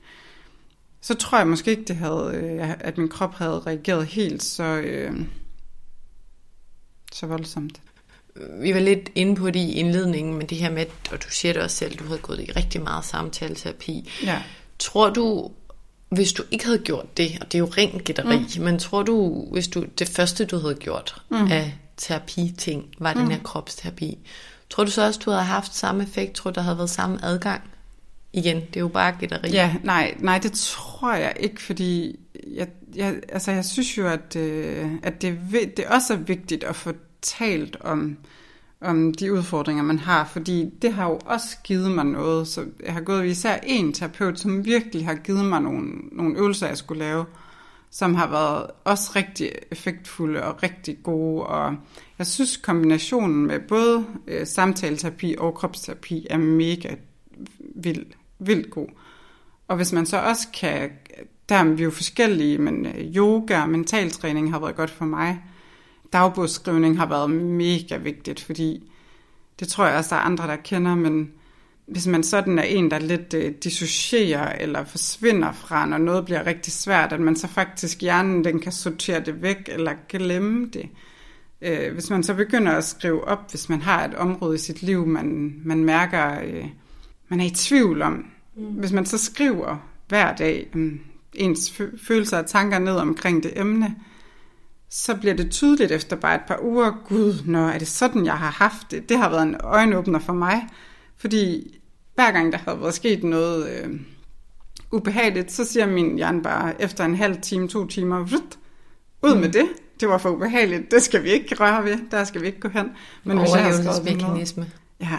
så tror jeg måske ikke, det havde, øh, at min krop havde reageret helt så, øh, så voldsomt. Vi var lidt inde på det i indledningen, men det her med, og du siger det også selv, du havde gået i rigtig meget samtaleterapi. Ja. Tror du, hvis du ikke havde gjort det, og det er jo rent gætteri, mm. men tror du, hvis du det første, du havde gjort mm. af terapiting, var mm. den her kropsterapi, tror du så også, du havde haft samme effekt? Tror du, der havde været samme adgang? Igen, det er jo bare gætteri. Ja, nej, nej, det tror jeg ikke, fordi jeg, jeg, altså, jeg synes jo, at, øh, at det, det også er vigtigt at få talt om, om de udfordringer, man har, fordi det har jo også givet mig noget. Så jeg har gået især en terapeut, som virkelig har givet mig nogle, nogle øvelser, jeg skulle lave, som har været også rigtig effektfulde og rigtig gode. Og jeg synes, kombinationen med både øh, samtaleterapi og kropsterapi er mega vild, vildt god. Og hvis man så også kan, der er vi jo forskellige, men yoga og mentaltræning har været godt for mig. Dagbogsskrivning har været mega vigtigt, fordi det tror jeg også, der er andre, der kender, men hvis man sådan er en, der lidt øh, dissocierer eller forsvinder fra, når noget bliver rigtig svært, at man så faktisk hjernen, den kan sortere det væk eller glemme det. Øh, hvis man så begynder at skrive op, hvis man har et område i sit liv, man, man mærker, øh, man er i tvivl om. Mm. Hvis man så skriver hver dag øh, ens følelser og tanker ned omkring det emne, så bliver det tydeligt efter bare et par uger, gud, når er det sådan, jeg har haft det. Det har været en øjenåbner for mig, fordi hver gang der har været sket noget øh, ubehageligt, så siger min hjerne bare efter en halv time, to timer, vrut, ud med det. Det var for ubehageligt, det skal vi ikke røre ved, der skal vi ikke gå hen. Men overlevelsesmekanisme. Ja.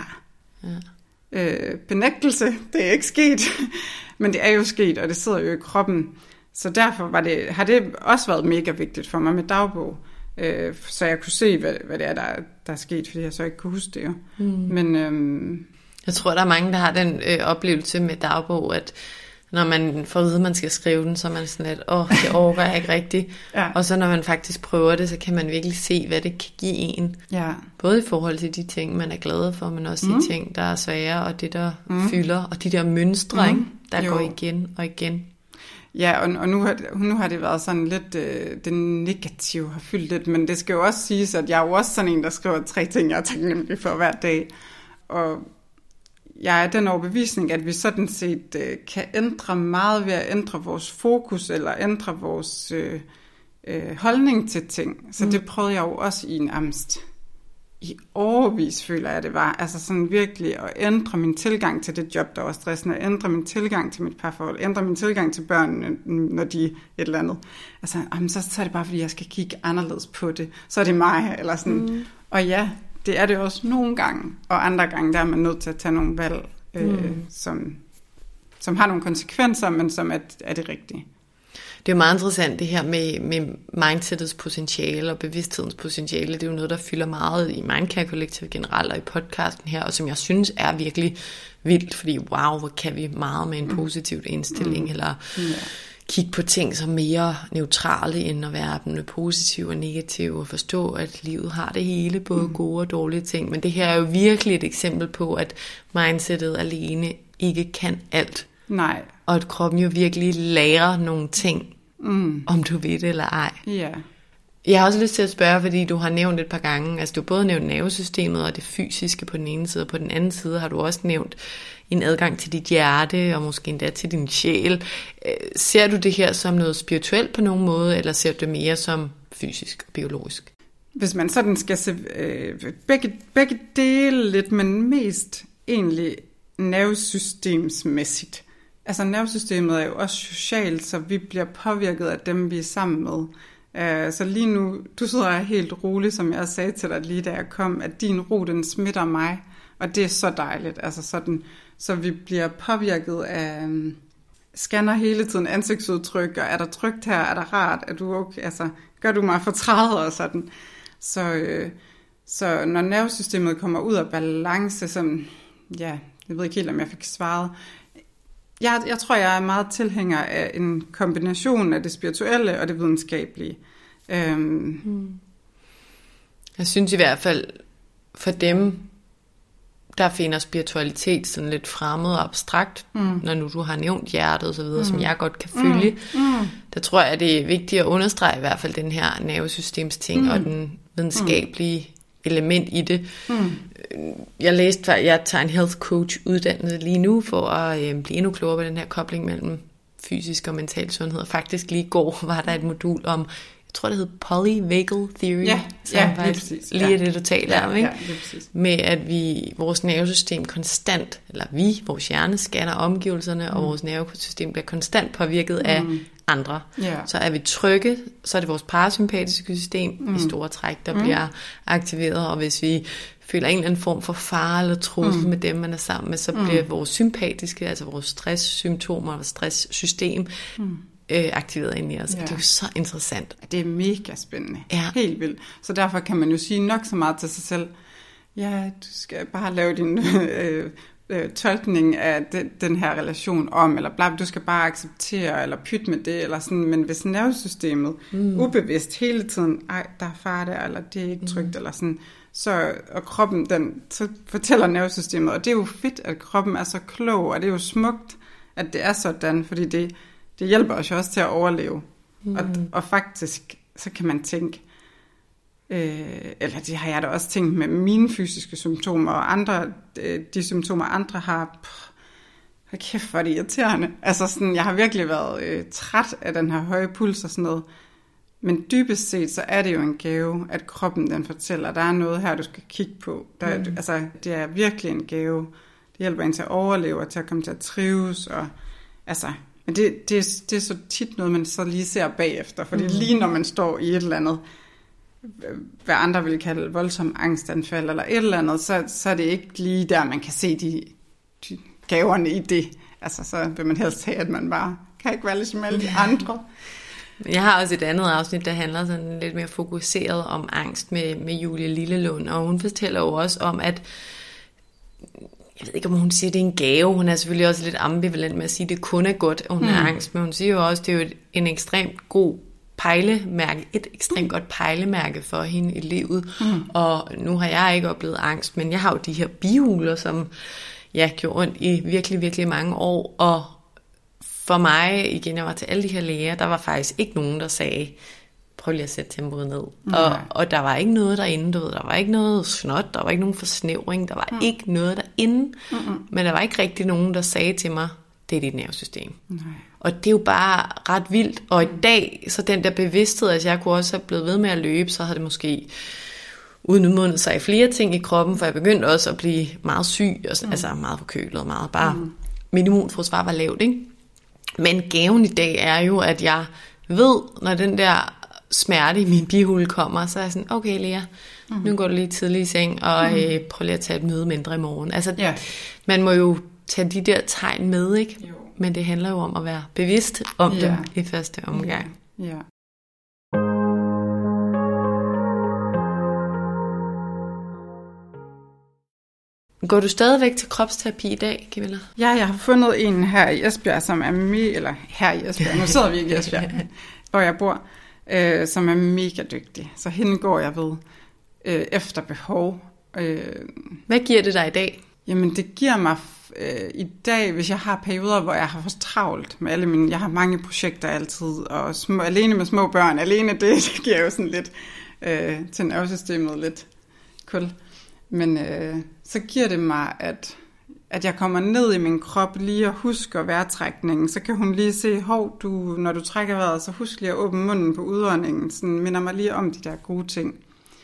ja. Øh, benægtelse, det er ikke sket, men det er jo sket, og det sidder jo i kroppen. Så derfor var det, har det også været mega vigtigt for mig med dagbog, øh, så jeg kunne se, hvad, hvad det er, der, der er sket, fordi jeg så ikke kunne huske det jo. Mm. Men, øhm, jeg tror, der er mange, der har den øh, oplevelse med dagbog, at når man får at vide, at man skal skrive den, så er man sådan lidt, åh, det overgår jeg ikke rigtigt. Ja. Og så når man faktisk prøver det, så kan man virkelig se, hvad det kan give en. Ja. Både i forhold til de ting, man er glad for, men også mm. de ting, der er svære, og det, der mm. fylder, og de der mønstre, mm. ikke? der jo. går igen og igen. Ja, og, og nu, har, nu har det været sådan lidt, øh, det negative har fyldt lidt, men det skal jo også siges, at jeg er jo også sådan en, der skriver tre ting, jeg er taknemmelig for hver dag. Og jeg er den overbevisning, at vi sådan set øh, kan ændre meget ved at ændre vores fokus, eller ændre vores øh, øh, holdning til ting. Så mm. det prøvede jeg jo også i en amst. I årevis føler jeg, det var. Altså sådan virkelig at ændre min tilgang til det job, der var stressende. Ændre min tilgang til mit parforhold. Ændre min tilgang til børnene, når de er et eller andet. Altså, jamen, så, så er det bare, fordi jeg skal kigge anderledes på det. Så er det mig, eller sådan. Mm. Og ja, det er det også nogle gange. Og andre gange, der er man nødt til at tage nogle valg, øh, mm. som, som har nogle konsekvenser, men som er, er det rigtige. Det er jo meget interessant det her med, med mindsetets potentiale og bevidsthedens potentiale. Det er jo noget, der fylder meget i Mindcare Kollektivet generelt og i podcasten her, og som jeg synes er virkelig vildt, fordi wow, hvor kan vi meget med en positiv indstilling, mm. eller yeah. kigge på ting som mere neutrale, end at være positiv og negativ, og forstå, at livet har det hele, både mm. gode og dårlige ting. Men det her er jo virkelig et eksempel på, at mindsetet alene ikke kan alt. Nej. Og at kroppen jo virkelig lærer nogle ting, mm. om du ved det eller ej. Ja. Jeg har også lyst til at spørge, fordi du har nævnt et par gange, altså du har både nævnt nervesystemet og det fysiske på den ene side, og på den anden side har du også nævnt en adgang til dit hjerte, og måske endda til din sjæl. Ser du det her som noget spirituelt på nogen måde, eller ser du det mere som fysisk og biologisk? Hvis man sådan skal se øh, begge, begge dele lidt, men mest egentlig nervesystemsmæssigt. Altså nervesystemet er jo også socialt, så vi bliver påvirket af dem, vi er sammen med. Uh, så lige nu, du sidder helt rolig, som jeg sagde til dig lige da jeg kom, at din ro, den smitter mig, og det er så dejligt. Altså sådan, så vi bliver påvirket af, um, scanner hele tiden ansigtsudtryk, og er der trygt her, er der rart, er du okay, altså gør du mig fortrædet og sådan. Så, uh, så når nervesystemet kommer ud af balance, som, ja, jeg ved ikke helt, om jeg fik svaret. Jeg, jeg tror, jeg er meget tilhænger af en kombination af det spirituelle og det videnskabelige. Øhm. Hmm. Jeg synes i hvert fald, for dem, der finder spiritualitet sådan lidt fremmed og abstrakt, mm. når nu du har nævnt hjertet og så videre, mm. som jeg godt kan følge, mm. Mm. der tror jeg, det er vigtigt at understrege i hvert fald den her nervesystemsting mm. og den videnskabelige element i det. Mm. Jeg læste, jeg tager en health coach uddannelse lige nu for at øh, blive endnu klogere på den her kobling mellem fysisk og mental sundhed. Og faktisk lige i går var der et modul om, jeg tror det hed polyvagal theory, ja, som ja, faktisk præcis, lige ja. er det, du taler ja, om, ikke? Ja, med at vi, vores nervesystem konstant, eller vi, vores hjerne scanner omgivelserne, mm. og vores nervesystem bliver konstant påvirket mm. af andre. Yeah. Så er vi trygge, så er det vores parasympatiske system mm. i store træk, der mm. bliver aktiveret, og hvis vi føler en eller anden form for fare eller trussel mm. med dem, man er sammen med, så mm. bliver vores sympatiske, altså vores stresssymptomer og stresssystem mm. øh, aktiveret ind i os. Yeah. Og det er jo så interessant. Det er mega spændende. Ja. Helt vildt. Så derfor kan man jo sige nok så meget til sig selv, ja, du skal bare lave din øh, øh, tolkning af de, den her relation om, eller bla, du skal bare acceptere, eller pytte med det, eller sådan, men hvis nervesystemet mm. ubevidst hele tiden, ej, der er far der, eller det er ikke trygt, mm. eller sådan, så, og kroppen, den, så fortæller nervesystemet, og det er jo fedt, at kroppen er så klog, og det er jo smukt, at det er sådan, fordi det, det hjælper os jo også til at overleve. Mm. Og, og faktisk, så kan man tænke, øh, eller det har jeg da også tænkt med mine fysiske symptomer, og andre, de symptomer andre har, hold kæft, hvor er det irriterende. Altså sådan, jeg har virkelig været øh, træt af den her høje puls og sådan noget. Men dybest set, så er det jo en gave, at kroppen den fortæller, der er noget her, du skal kigge på. Der, mm. Altså, det er virkelig en gave. Det hjælper en til at overleve og til at komme til at trives. Og, altså, men det, det, det er så tit noget, man så lige ser bagefter. Fordi mm. lige når man står i et eller andet, hvad andre vil kalde voldsom angstanfald eller et eller andet, så, så er det ikke lige der, man kan se de, de gaverne i det. Altså, så vil man helst have, at man bare kan ikke være ligesom alle de andre. Jeg har også et andet afsnit, der handler sådan lidt mere fokuseret om angst med, med Julie Lillelund, og hun fortæller jo også om, at jeg ved ikke, om hun siger, at det er en gave. Hun er selvfølgelig også lidt ambivalent med at sige, at det kun er godt, at hun mm. har angst, men hun siger jo også, at det er jo en ekstremt god pejlemærke, et ekstremt godt pejlemærke for hende i livet, mm. og nu har jeg ikke oplevet angst, men jeg har jo de her bihuler, som jeg gjorde ondt i virkelig, virkelig mange år, og for mig, igen, jeg var til alle de her læger, der var faktisk ikke nogen, der sagde, prøv lige at sætte tempoet ned. Og, og der var ikke noget derinde, du ved, der var ikke noget snot, der var ikke nogen forsnævring, der var mm. ikke noget derinde, Mm-mm. men der var ikke rigtig nogen, der sagde til mig, det er dit nervesystem. Nej. Og det er jo bare ret vildt. Og i dag, så den der bevidsthed, at jeg kunne også have blevet ved med at løbe, så havde det måske udmundet sig i flere ting i kroppen, for jeg begyndte også at blive meget syg, og, mm. altså meget forkølet, meget bare, mm. mit immunforsvar var lavt, ikke? Men gaven i dag er jo, at jeg ved, når den der smerte i min bihule kommer, så er jeg sådan, okay Lea, mm. nu går du lige tidlig i seng, og mm. øh, prøv lige at tage et møde mindre i morgen. Altså, yeah. man må jo tage de der tegn med, ikke? Jo. Men det handler jo om at være bevidst om yeah. dem i første omgang. Ja. Yeah. Går du stadigvæk til kropsterapi i dag, Camilla? Ja, jeg har fundet en her i Esbjerg, som er me- eller her i Esbjerg, nu sidder vi ikke i Esbjerg, hvor jeg bor, øh, som er mega dygtig. Så hende går jeg ved øh, efter behov. Øh, Hvad giver det dig i dag? Jamen det giver mig øh, i dag, hvis jeg har perioder, hvor jeg har for travlt med alle mine, jeg har mange projekter altid, og små, alene med små børn, alene det, det giver jo sådan lidt øh, til nervesystemet lidt kul. Men øh, så giver det mig, at, at jeg kommer ned i min krop lige og husker vejrtrækningen. Så kan hun lige se, hov, du, når du trækker vejret, så husk lige at åbne munden på udåndingen. Sådan minder mig lige om de der gode ting.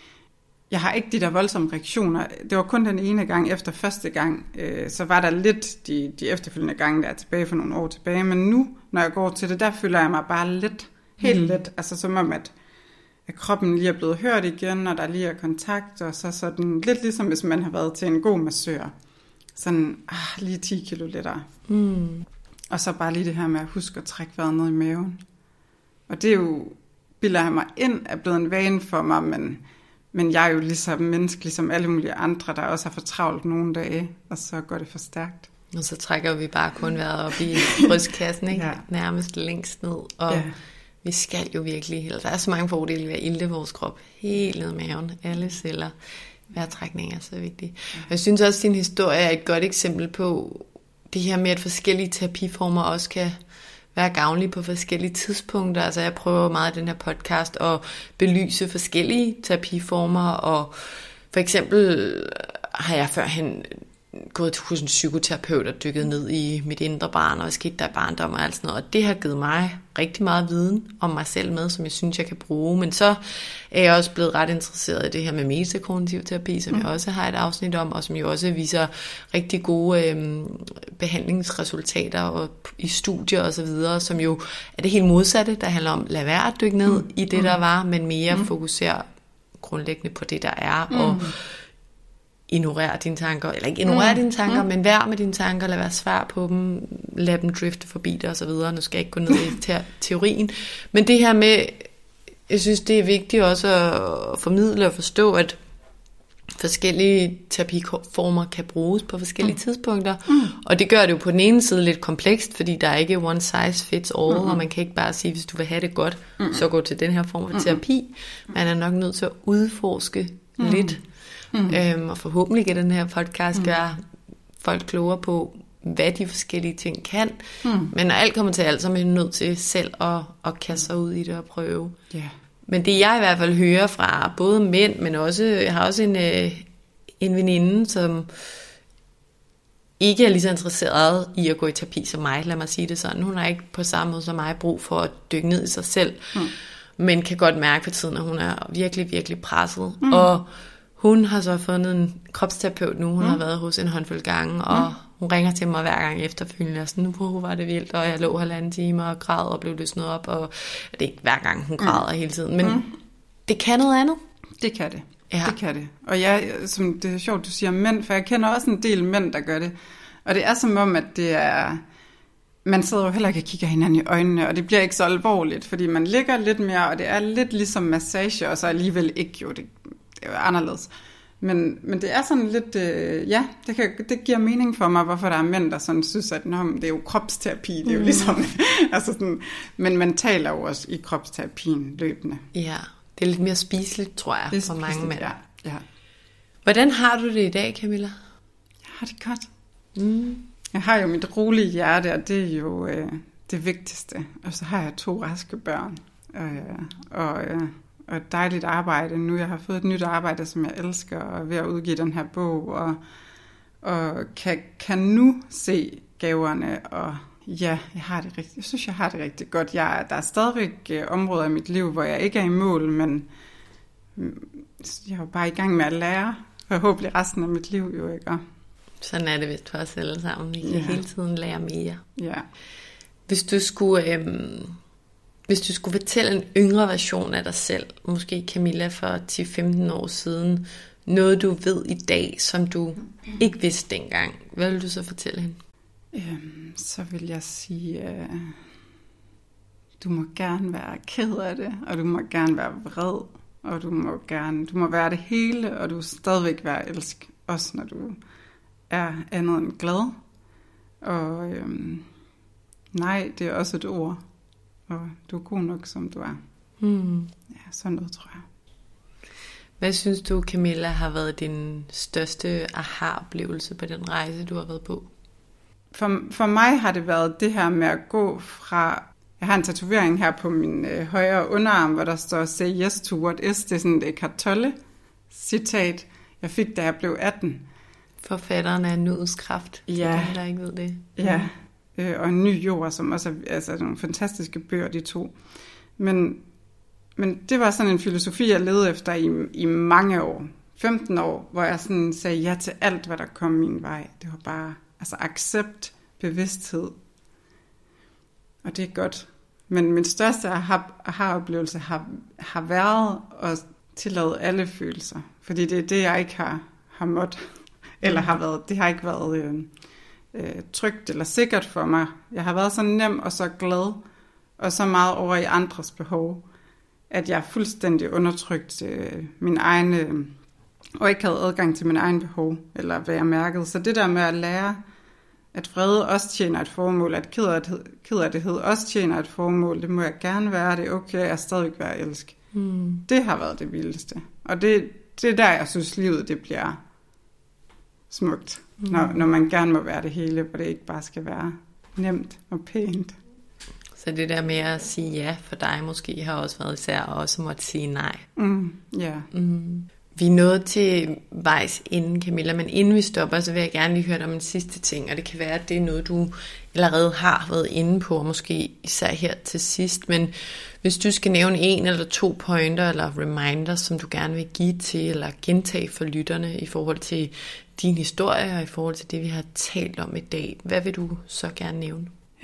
Jeg har ikke de der voldsomme reaktioner. Det var kun den ene gang efter første gang. Øh, så var der lidt de, de efterfølgende gange, der er tilbage for nogle år tilbage. Men nu, når jeg går til det, der føler jeg mig bare lidt, helt mm. lidt. Altså som om, at at kroppen lige er blevet hørt igen, og der lige er kontakt, og så sådan lidt ligesom hvis man har været til en god massør. Sådan ah, lige ti kilo lettere. Mm. Og så bare lige det her med at huske at trække vejret ned i maven. Og det er jo, bilder jeg mig ind, er blevet en vane for mig, men, men jeg er jo ligesom menneskelig som alle mulige andre, der også har for travlt nogle dage, og så går det for stærkt. Og så trækker vi bare kun vejret op i brystkassen, ikke? Ja. Nærmest længst ned, og ja. Vi skal jo virkelig, eller der er så mange fordele ved at ilde vores krop helt ned i maven, alle celler. Vejrtrækning er så vigtigt. Og jeg synes også, at din historie er et godt eksempel på det her med, at forskellige terapiformer også kan være gavnlige på forskellige tidspunkter. Altså jeg prøver meget i den her podcast at belyse forskellige terapiformer, og for eksempel har jeg førhen gået hos en psykoterapeut og dykket ned i mit indre barn, og hvad skete der i barndom og alt sådan noget. Og det har givet mig rigtig meget viden om mig selv med, som jeg synes, jeg kan bruge. Men så er jeg også blevet ret interesseret i det her med metakognitiv terapi, som mm. jeg også har et afsnit om, og som jo også viser rigtig gode øh, behandlingsresultater og i studier og så videre, som jo er det helt modsatte, der handler om at lade være at dykke ned mm. i det, der var, men mere mm. fokusere grundlæggende på det, der er, mm. og ignorere dine tanker, eller ikke ignorere mm. dine tanker, mm. men vær med dine tanker, lad være svar på dem, lad dem drifte forbi dig og så videre. Nu skal jeg ikke gå ned i te- teorien, men det her med, jeg synes det er vigtigt også at formidle og forstå, at forskellige terapiformer kan bruges på forskellige mm. tidspunkter, mm. og det gør det jo på den ene side lidt komplekst, fordi der er ikke one size fits all, mm. og man kan ikke bare sige, hvis du vil have det godt, mm. så gå til den her form for terapi. Man er nok nødt til at udforske mm. lidt. Mm. Øhm, og forhåbentlig kan den her podcast gøre mm. folk klogere på, hvad de forskellige ting kan. Mm. Men når alt kommer til alt, så er man nødt til selv at, at kaste sig ud i det og prøve. Yeah. Men det jeg i hvert fald hører fra både mænd, men også, jeg har også en, øh, en veninde, som ikke er lige så interesseret i at gå i terapi som mig, lad mig sige det sådan. Hun har ikke på samme måde som mig brug for at dykke ned i sig selv, mm. men kan godt mærke for tiden, at hun er virkelig, virkelig presset. Mm. Og hun har så fundet en kropsterapeut nu. Hun mm. har været hos en håndfuld gange, og mm. hun ringer til mig hver gang efterfølgende. Og sådan, nu hvor var det vildt, og jeg lå halvanden time og græd og blev løsnet op. Og det er ikke hver gang, hun græder mm. hele tiden. Men mm. det kan noget andet. Det kan det. Ja. Det kan det. Og jeg, som det er sjovt, du siger mænd, for jeg kender også en del mænd, der gør det. Og det er som om, at det er... Man sidder jo heller ikke og kigger hinanden i øjnene, og det bliver ikke så alvorligt, fordi man ligger lidt mere, og det er lidt ligesom massage, og så alligevel ikke jo det... Det er jo anderledes. Men, men det er sådan lidt, øh, ja, det, kan, det giver mening for mig, hvorfor der er mænd, der sådan synes, at nå, det er jo kropsterapi, det er jo mm. ligesom, altså sådan, men man taler jo også i kropsterapien løbende. Ja, det er lidt mere spiseligt, tror jeg, det for mange mænd. Ja, ja. Hvordan har du det i dag, Camilla? Jeg har det godt. Mm. Jeg har jo mit rolige hjerte, og det er jo, øh, det vigtigste. Og så har jeg to raske børn, øh, og, øh, og et dejligt arbejde. Nu jeg har fået et nyt arbejde, som jeg elsker, og er ved at udgive den her bog, og, og kan, kan nu se gaverne, og ja, jeg har det rigtig, jeg synes, jeg har det rigtig godt. Jeg, der er stadigvæk øh, områder i mit liv, hvor jeg ikke er i mål, men jeg er jo bare i gang med at lære, forhåbentlig resten af mit liv jo, ikke? Sådan er det vist for os alle sammen. Vi kan Ja. hele tiden lære mere. Ja. Hvis du skulle, øhm, hvis du skulle fortælle en yngre version af dig selv, måske Camilla for ti til femten år siden, noget du ved i dag, som du ikke vidste dengang, hvad vil du så fortælle hende? Øhm, så vil jeg sige, øh, du må gerne være ked af det, og du må gerne være vred, og du må gerne, du må være det hele, og du vil stadigvæk være elsk, også når du er andet end glad. Og øhm, nej, det er også et ord, og du er god nok, som du er. Hmm. Ja, sådan noget, tror jeg. Hvad synes du, Camilla, har været din største aha-oplevelse på den rejse, du har været på? For, for mig har det været det her med at gå fra... Jeg har en tatovering her på min øh, højre underarm, hvor der står Say yes to what is. Det er sådan et Eckhart Tolle citat, jeg fik, da jeg blev atten. Forfatteren af Nuets Kraft, til Ja. dem, der ikke ved det. Ja, øh, og En ny jord, som også er altså, nogle fantastiske bøger, de to. Men, men det var sådan en filosofi, jeg levede efter i, i mange år. femten år, hvor jeg sådan sagde ja til alt, hvad der kom min vej. Det var bare altså accept, bevidsthed. Og det er godt. Men min største aha-oplevelse har, har været at tillade alle følelser. Fordi det er det, jeg ikke har, har måttet. Eller har været, det har ikke været øh, øh, trygt eller sikkert for mig. Jeg har været så nem og så glad, og så meget over i andres behov, at jeg fuldstændig undertrykt øh, min egen, øh, og ikke havde adgang til min egen behov, eller hvad jeg mærkede. Så det der med at lære, at vrede også tjener et formål, at kederlighed også tjener et formål, det må jeg gerne være, det er okay, jeg stadigvæk være elsk. Mm. Det har været det vildeste. Og det, det er der, jeg synes, livet det bliver smukt, mm. når, når man gerne må være det hele, hvor det ikke bare skal være nemt og pænt. Så det der med at sige ja for dig måske har også været især også måtte sige nej. Mm, yeah. mm. Vi er nået til vejs inden, Camilla, men inden vi stopper, så vil jeg gerne lige høre dig om en sidste ting, og det kan være, at det er noget, du allerede har været inde på, og måske især her til sidst, men hvis du skal nævne en eller to pointer eller reminders, som du gerne vil give til, eller gentage for lytterne i forhold til din historie, og i forhold til det, vi har talt om i dag, hvad vil du så gerne nævne?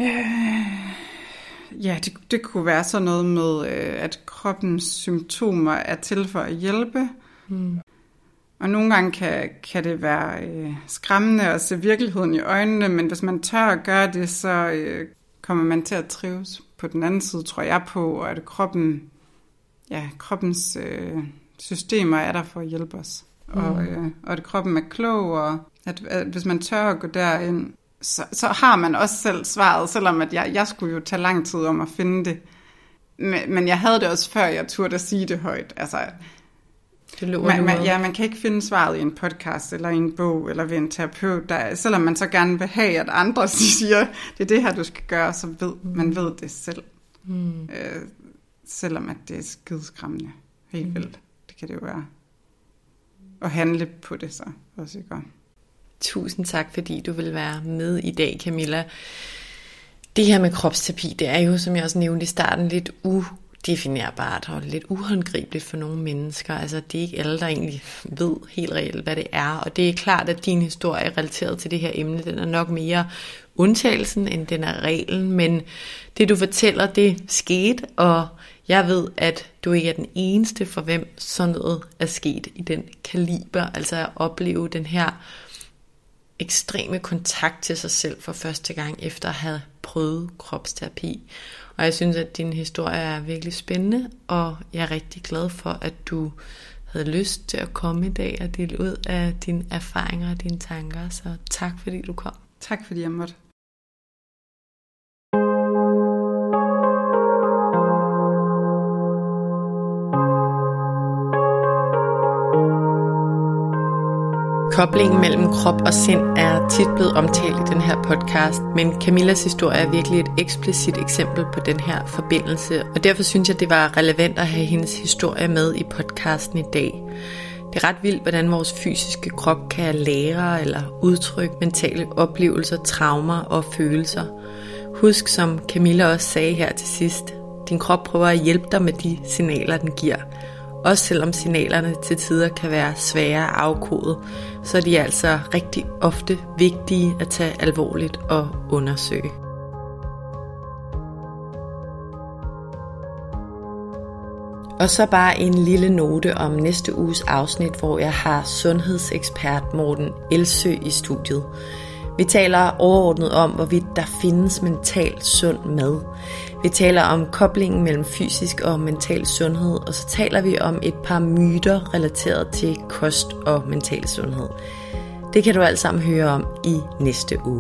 Ja, det, det kunne være sådan noget med, at kroppens symptomer er til for at hjælpe. Hmm. Og nogle gange kan, kan det være øh, skræmmende at se virkeligheden i øjnene, men hvis man tør at gøre det, så øh, kommer man til at trives. På den anden side tror jeg på, og at kroppen, ja, kroppens øh, systemer er der for at hjælpe os. Hmm. Og, øh, og at kroppen er klog, og at, at hvis man tør at gå derind, så, så har man også selv svaret, selvom at jeg, jeg skulle jo tage lang tid om at finde det. Men, men jeg havde det også før, jeg turde at sige det højt. Altså, man, man, ja, man kan ikke finde svaret i en podcast, eller i en bog, eller ved en terapeut. Der, selvom man så gerne vil have, at andre siger, det er det her, du skal gøre, så ved mm. man ved det selv. Mm. Øh, selvom at det er skideskræmmende. Helt mm. vildt. Det kan det jo være. Og handle på det så også, ikke? Tusind tak, fordi du vil være med i dag, Camilla. Det her med kropsterapi, det er jo, som jeg også nævnte i starten, lidt udefinerbart og lidt uhåndgribeligt for nogle mennesker. Altså, det er ikke alle, der egentlig ved helt reelt, hvad det er. Og det er klart, at din historie relateret til det her emne, den er nok mere undtagelsen, end den er reglen. Men det, du fortæller, det skete, og jeg ved, at du ikke er den eneste, for hvem sådan noget er sket i den kaliber. Altså at opleve den her ekstreme kontakt til sig selv for første gang, efter at have prøvet kropsterapi. Og jeg synes, at din historie er virkelig spændende, og jeg er rigtig glad for, at du havde lyst til at komme i dag og dele ud af dine erfaringer og dine tanker. Så tak, fordi du kom. Tak, fordi jeg måtte. Koblingen mellem krop og sind er tit blevet omtalt i den her podcast, men Camillas historie er virkelig et eksplicit eksempel på den her forbindelse, og derfor synes jeg, det var relevant at have hendes historie med i podcasten i dag. Det er ret vildt, hvordan vores fysiske krop kan lære eller udtrykke mentale oplevelser, traumer og følelser. Husk, som Camilla også sagde her til sidst, din krop prøver at hjælpe dig med de signaler, den giver. Også selvom signalerne til tider kan være svære at afkode, så er de altså rigtig ofte vigtige at tage alvorligt og undersøge. Og så bare en lille note om næste uges afsnit, hvor jeg har sundhedsekspert Morten Elsø i studiet. Vi taler overordnet om, hvorvidt der findes mentalt sund mad. Vi taler om koblingen mellem fysisk og mental sundhed, og så taler vi om et par myter relateret til kost og mental sundhed. Det kan du alt sammen høre om i næste uge.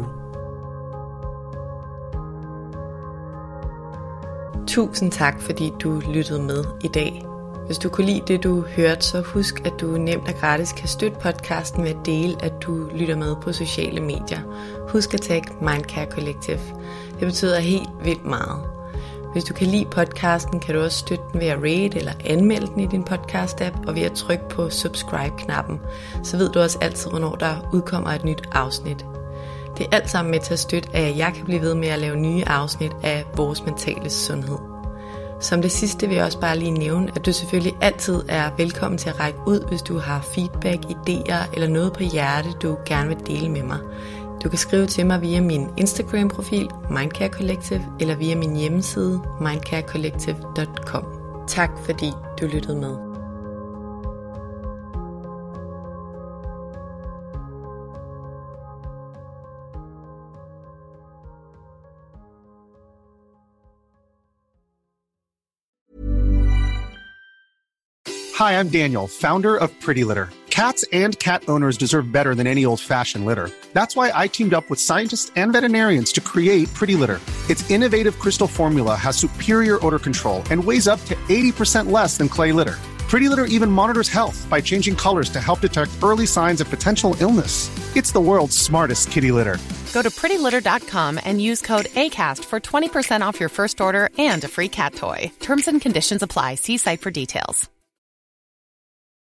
Tusind tak, fordi du lyttede med i dag. Hvis du kunne lide det, du hørte, så husk, at du nemt og gratis kan støtte podcasten ved at dele, at du lytter med på sociale medier. Husk at tagge Mindcare Collective. Det betyder helt vildt meget. Hvis du kan lide podcasten, kan du også støtte den ved at rate eller anmelde den i din podcast-app, og ved at trykke på subscribe-knappen. Så ved du også altid, hvornår der udkommer et nyt afsnit. Det er alt sammen med til at støtte, at jeg kan blive ved med at lave nye afsnit af vores mentale sundhed. Som det sidste vil jeg også bare lige nævne, at du selvfølgelig altid er velkommen til at række ud, hvis du har feedback, idéer eller noget på hjerte, du gerne vil dele med mig. Du kan skrive til mig via min Instagram-profil, Mindcare Collective, eller via min hjemmeside, mindcare collective punktum com. Tak fordi du lyttede med. Hi, I'm Daniel, founder of Pretty Litter. Cats and cat owners deserve better than any old-fashioned litter. That's why I teamed up with scientists and veterinarians to create Pretty Litter. Its innovative crystal formula has superior odor control and weighs up to eighty percent less than clay litter. Pretty Litter even monitors health by changing colors to help detect early signs of potential illness. It's the world's smartest kitty litter. Go to pretty litter dot com and use code ACAST for twenty percent off your first order and a free cat toy. Terms and conditions apply. See site for details.